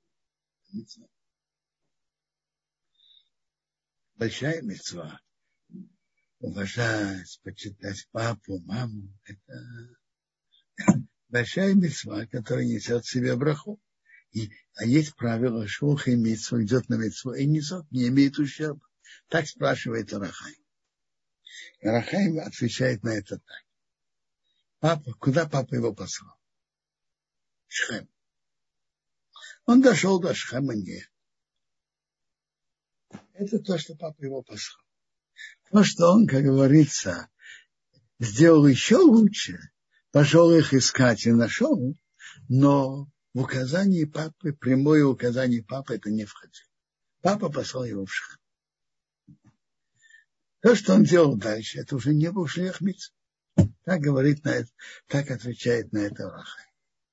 Большая мицва. Уважать, почитать папу, маму. Это большая мицва, которая несет в себе браху. И, а есть правило, шуха и мицва идет на мицву, и несет, не имеет ущерба. Так спрашивает Ор ха-Хаим. Ор ха-Хаим отвечает на это так. Папа, куда папа его послал? Шхем. Он дошел до Шхема, нет. Это то, что папа его послал. То, что он, как говорится, сделал еще лучше, пошел их искать и нашел, но в указании папы, прямое указание папы это не входило. Папа послал его в Шхем. То, что он делал дальше, это уже не был шлях мицвы. Так говорит на это, так отвечает на это Рахай.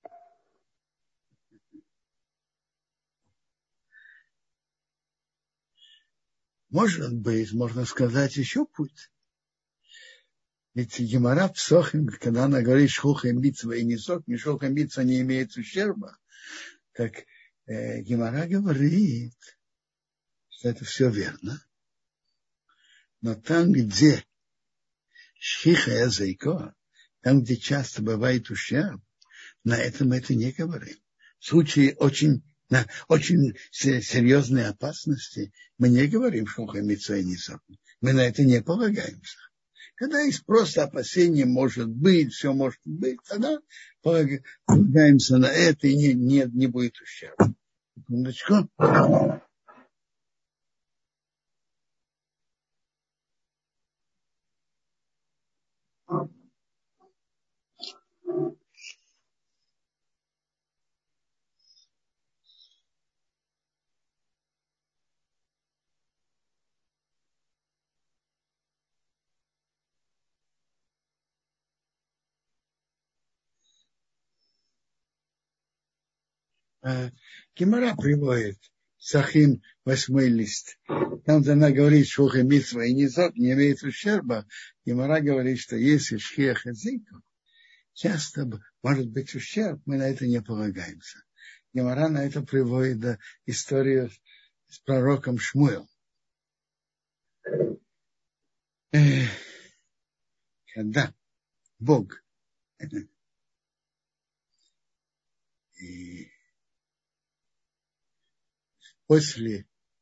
Может быть, можно сказать еще путь. Ведь Гемара в Сохим, когда она говорит шхуха мицва и не сок, не шхуха мицва не имеет ущерба, так э, Гемара говорит, что это все верно. Но там, где шхиха языка, там, где часто бывает ущерб, на этом мы это не говорим. В случае очень, на, очень серьезной опасности мы не говорим шхуха мицва и не сок. Мы на это не полагаемся. Когда есть просто опасение, может быть, все может быть, тогда полагаемся на это, и не, не, не будет ущерба. Секундочку. Гемара приводит Сахим восьмой лист. Там, где она говорит, что шхуха мицва и низок не имеет ущерба, Гемара говорит, что если шхиах языков, часто может быть ущерб, мы на это не полагаемся. Гемара на это приводит да, историю с пророком Шмуэлем. Когда Бог и после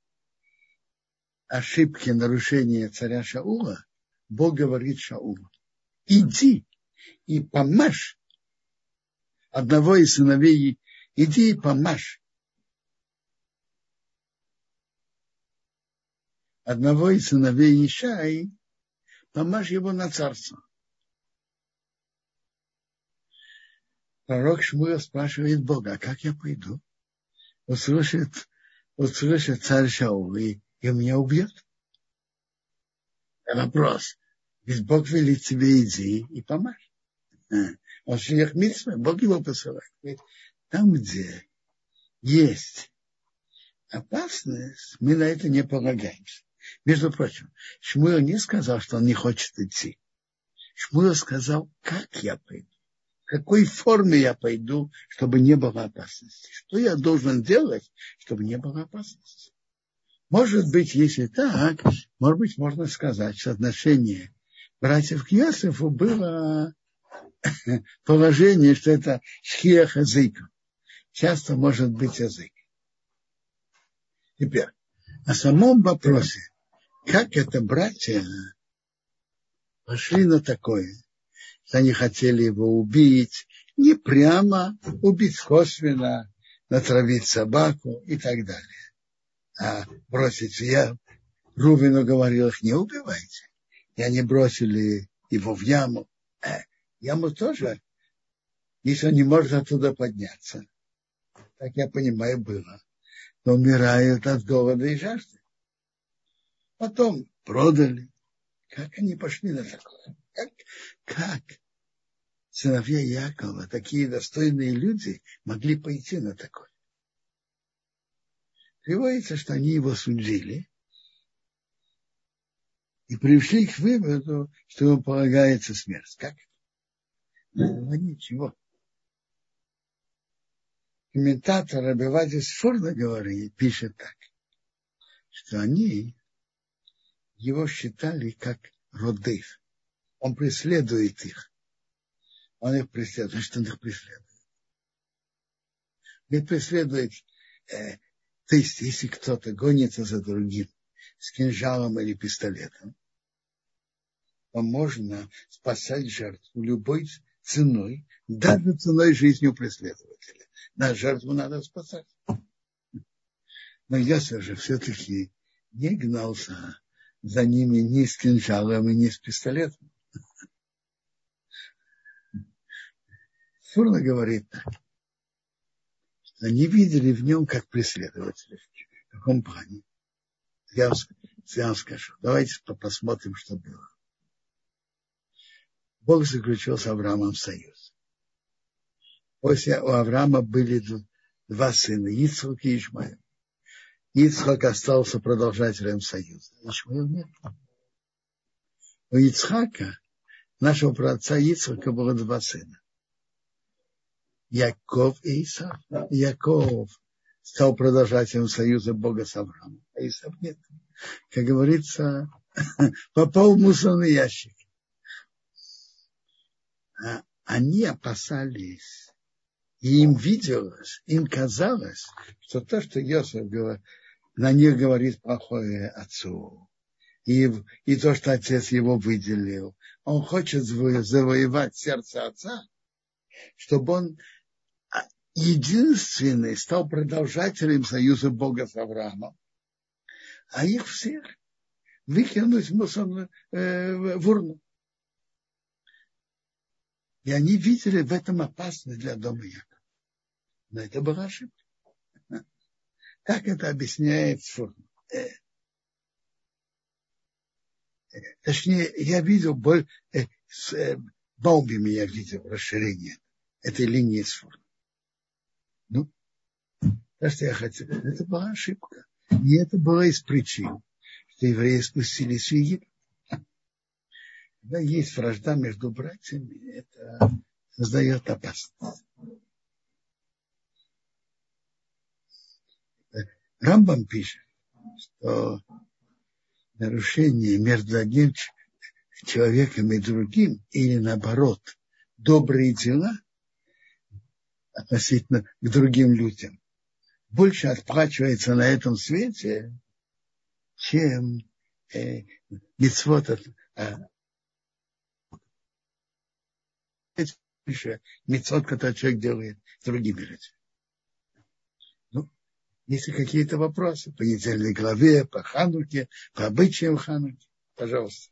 ошибки нарушения царя Шаула, Бог говорит Шаулу: иди и помажь одного из сыновей, иди и помажь одного из сыновей Ишаи, помажь его на царство. Пророк Шмуэл спрашивает Бога: а как я пойду? Услышит, услышит царь Шаул и, и меня убьет. Вопрос. Ведь Бог велит тебе: иди и помажь. Он шлях мицвы, Бог его посылает. Там, где есть опасность, мы на это не полагаемся. Между прочим, Шмуэл не сказал, что он не хочет идти. Шмуэл сказал: как я пойду? В какой форме я пойду, чтобы не было опасности? Что я должен делать, чтобы не было опасности? Может быть, если так, может быть, можно сказать, что отношение братьев к Йосефу было положение, что это шхиах языков. Часто может быть язык. Теперь, о самом вопросе, как это братья пошли на такое, что они хотели его убить, не прямо, убить косвенно, натравить собаку и так далее. А бросить я Рувену говорил их: не убивайте. И они бросили его в яму. Э, яму тоже, если он не может оттуда подняться. Так я понимаю, было. Но умирают от голода и жажды. Потом продали. Как они пошли на такое? Как, как сыновья Якова, такие достойные люди, могли пойти на такое? Приводится, что они его судили и пришли к выводу, что ему полагается смерть. Как? Ну, ничего. Комментатор Рабби Овадия Сфорда говорит, пишет так, что они его считали как родев. Он преследует их. Он их преследует. Что он их преследует? Ведь преследует, э, то есть, если кто-то гонится за другим с кинжалом или пистолетом, то можно спасать жертву любой ценой, даже ценой жизни преследователя. На жертву надо спасать. Но Йосеф же все-таки не гнался за ними не с кинжалом и не с пистолетом. Фурна говорит так. Они видели в нем как преследователя. В каком плане? Я вам, я вам скажу. Давайте посмотрим, что было. Бог заключил с Авраамом союз. После у Авраама были два сына, Ицхак и Ишмаил. Ицхак остался продолжателем союза. Ишмаил нет. У Ицхака, нашего праотца Ицхака, было два сына. Яков и Исав. Яков стал продолжателем союза Бога с Авраамом, а Исав нет. Как говорится, попал в мусорный ящик. А они опасались, и им виделось, им казалось, что то, что Йосеф на них говорит плохое отцу, и, и то, что отец его выделил, он хочет завоевать сердце отца, чтобы он единственный стал продолжателем союза Бога с Авраамом, а их всех выкинуть в мусорную э, в урну. И они видели в этом опасность для дома Якова. Но это была ошибка. Как это объясняет Фурн? Э, э, точнее, я видел, боль, э, с э, Баумбими я видел расширение этой линии с Фурном. Ну, то, что я хотел, это была ошибка. И это была из причин, что евреи спустились в Египет. Когда есть вражда между братьями, это создает опасность. Рамбам пишет, что нарушение между одним человеком и другим, или наоборот, добрые дела относительно к другим людям, больше отплачивается на этом свете, чем э, мицвот от э, мицвот, который человек делает с другими людьми. Ну, если какие-то вопросы по недельной главе, по Хануке, по обычаям Хануки, пожалуйста.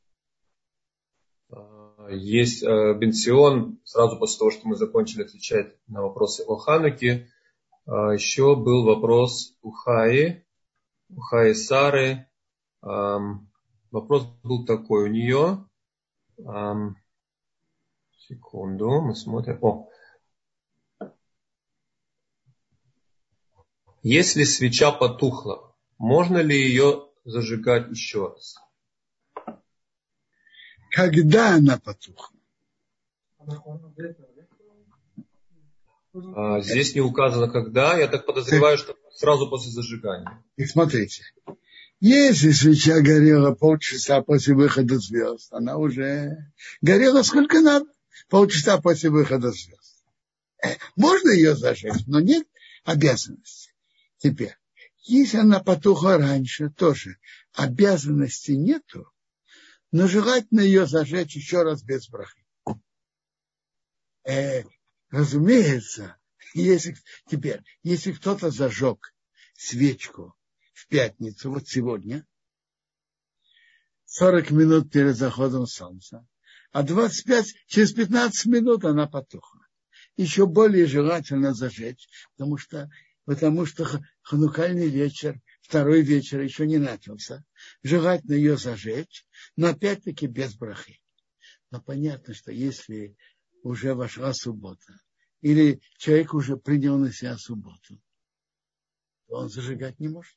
Есть э, Бенсион, сразу после того, что мы закончили отвечать на вопросы о Хануке, э, еще был вопрос у Хаи, у Хаи Сары. Э, вопрос был такой у нее. Э, секунду, мы смотрим. О. Если свеча потухла, можно ли ее зажигать еще раз? Когда она потухла? А, здесь не указано когда. Я так подозреваю, что сразу после зажигания. И смотрите, если свеча горела полчаса после выхода звезд, она уже горела сколько надо, полчаса после выхода звезд. Можно ее зажечь, но нет обязанности. Теперь, если она потухла раньше, тоже обязанности нету, но желательно ее зажечь еще раз без брахи. Э, разумеется, если, теперь, если кто-то зажег свечку в пятницу, вот сегодня, сорок минут перед заходом солнца, а двадцать пять, через пятнадцать минут она потухла. Еще более желательно зажечь, потому что, потому что ханукальный вечер, второй вечер еще не начался. Желательно ее зажечь, но опять-таки без брахи. Но понятно, что если уже вошла суббота, или человек уже принял на себя субботу, то он зажигать не может.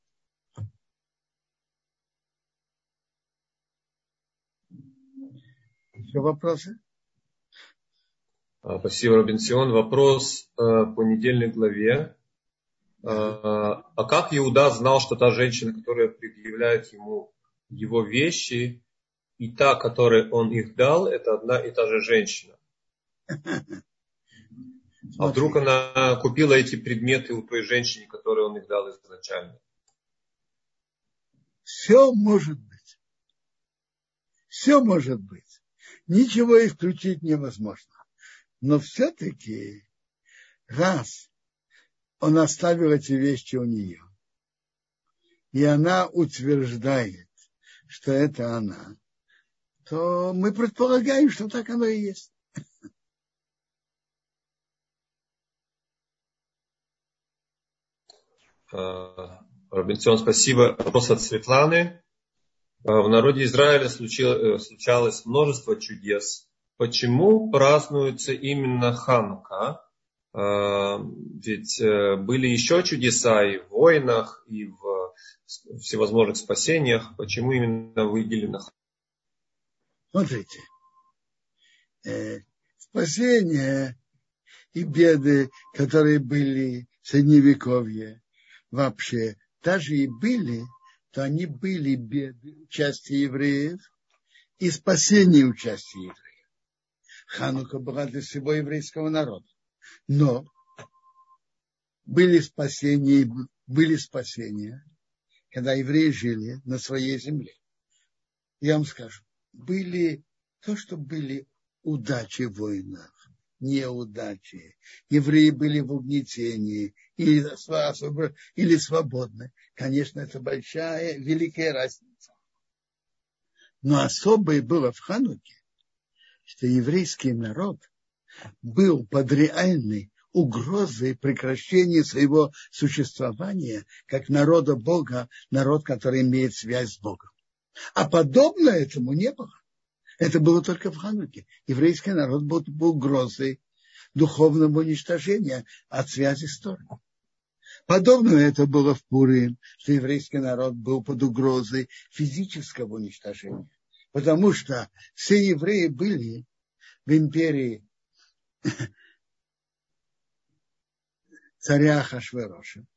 Еще вопросы? Спасибо, Робинсион. Вопрос э, по недельной главе. Э, а как Иуда знал, что та женщина, которая предъявляет ему его вещи, и та, которой он их дал, это одна и та же женщина? А вдруг она купила эти предметы у той женщины, которой он их дал изначально? Все может быть. Все может быть. Ничего исключить невозможно. Но все-таки, раз он оставил эти вещи у нее, и она утверждает, что это она, то мы предполагаем, что так оно и есть. Робинсон, спасибо. Вопрос от Светланы. В народе Израиля случалось множество чудес. Почему празднуется именно Ханука? Ведь были еще чудеса и в войнах, и в всевозможных спасениях. Почему именно выделено Ханука? Смотрите, э, спасения и беды, которые были в Средневековье, вообще, даже и были, то они были беды участия евреев и спасение участия евреев. Ханука была для всего еврейского народа. Но были спасения, были спасения, когда евреи жили на своей земле. Я вам скажу, были то, что были удачи в войнах, неудачи. Евреи были в угнетении или, или свободны. Конечно, это большая, великая разница. Но особое было в Хануке, что еврейский народ был под реальной угрозой прекращения своего существования как народа Бога, народ, который имеет связь с Богом. А подобно этому не было. Это было только в Хануке. Еврейский народ был под угрозой духовного уничтожения от связи с Торой. Подобно это было в Пурим, что еврейский народ был под угрозой физического уничтожения. Потому что все евреи были в империи царя Ахашвероша.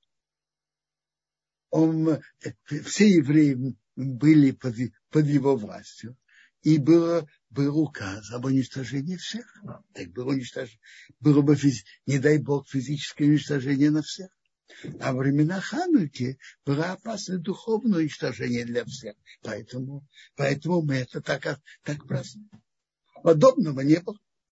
Он, все евреи были под, под его властью. И было, был указ об уничтожении всех. Так было, уничтож... было бы, физи... не дай Бог, физическое уничтожение на всех. А во времена Хануки было опасное духовное уничтожение для всех. Поэтому, поэтому мы это так, так празднуем. Подобного не было.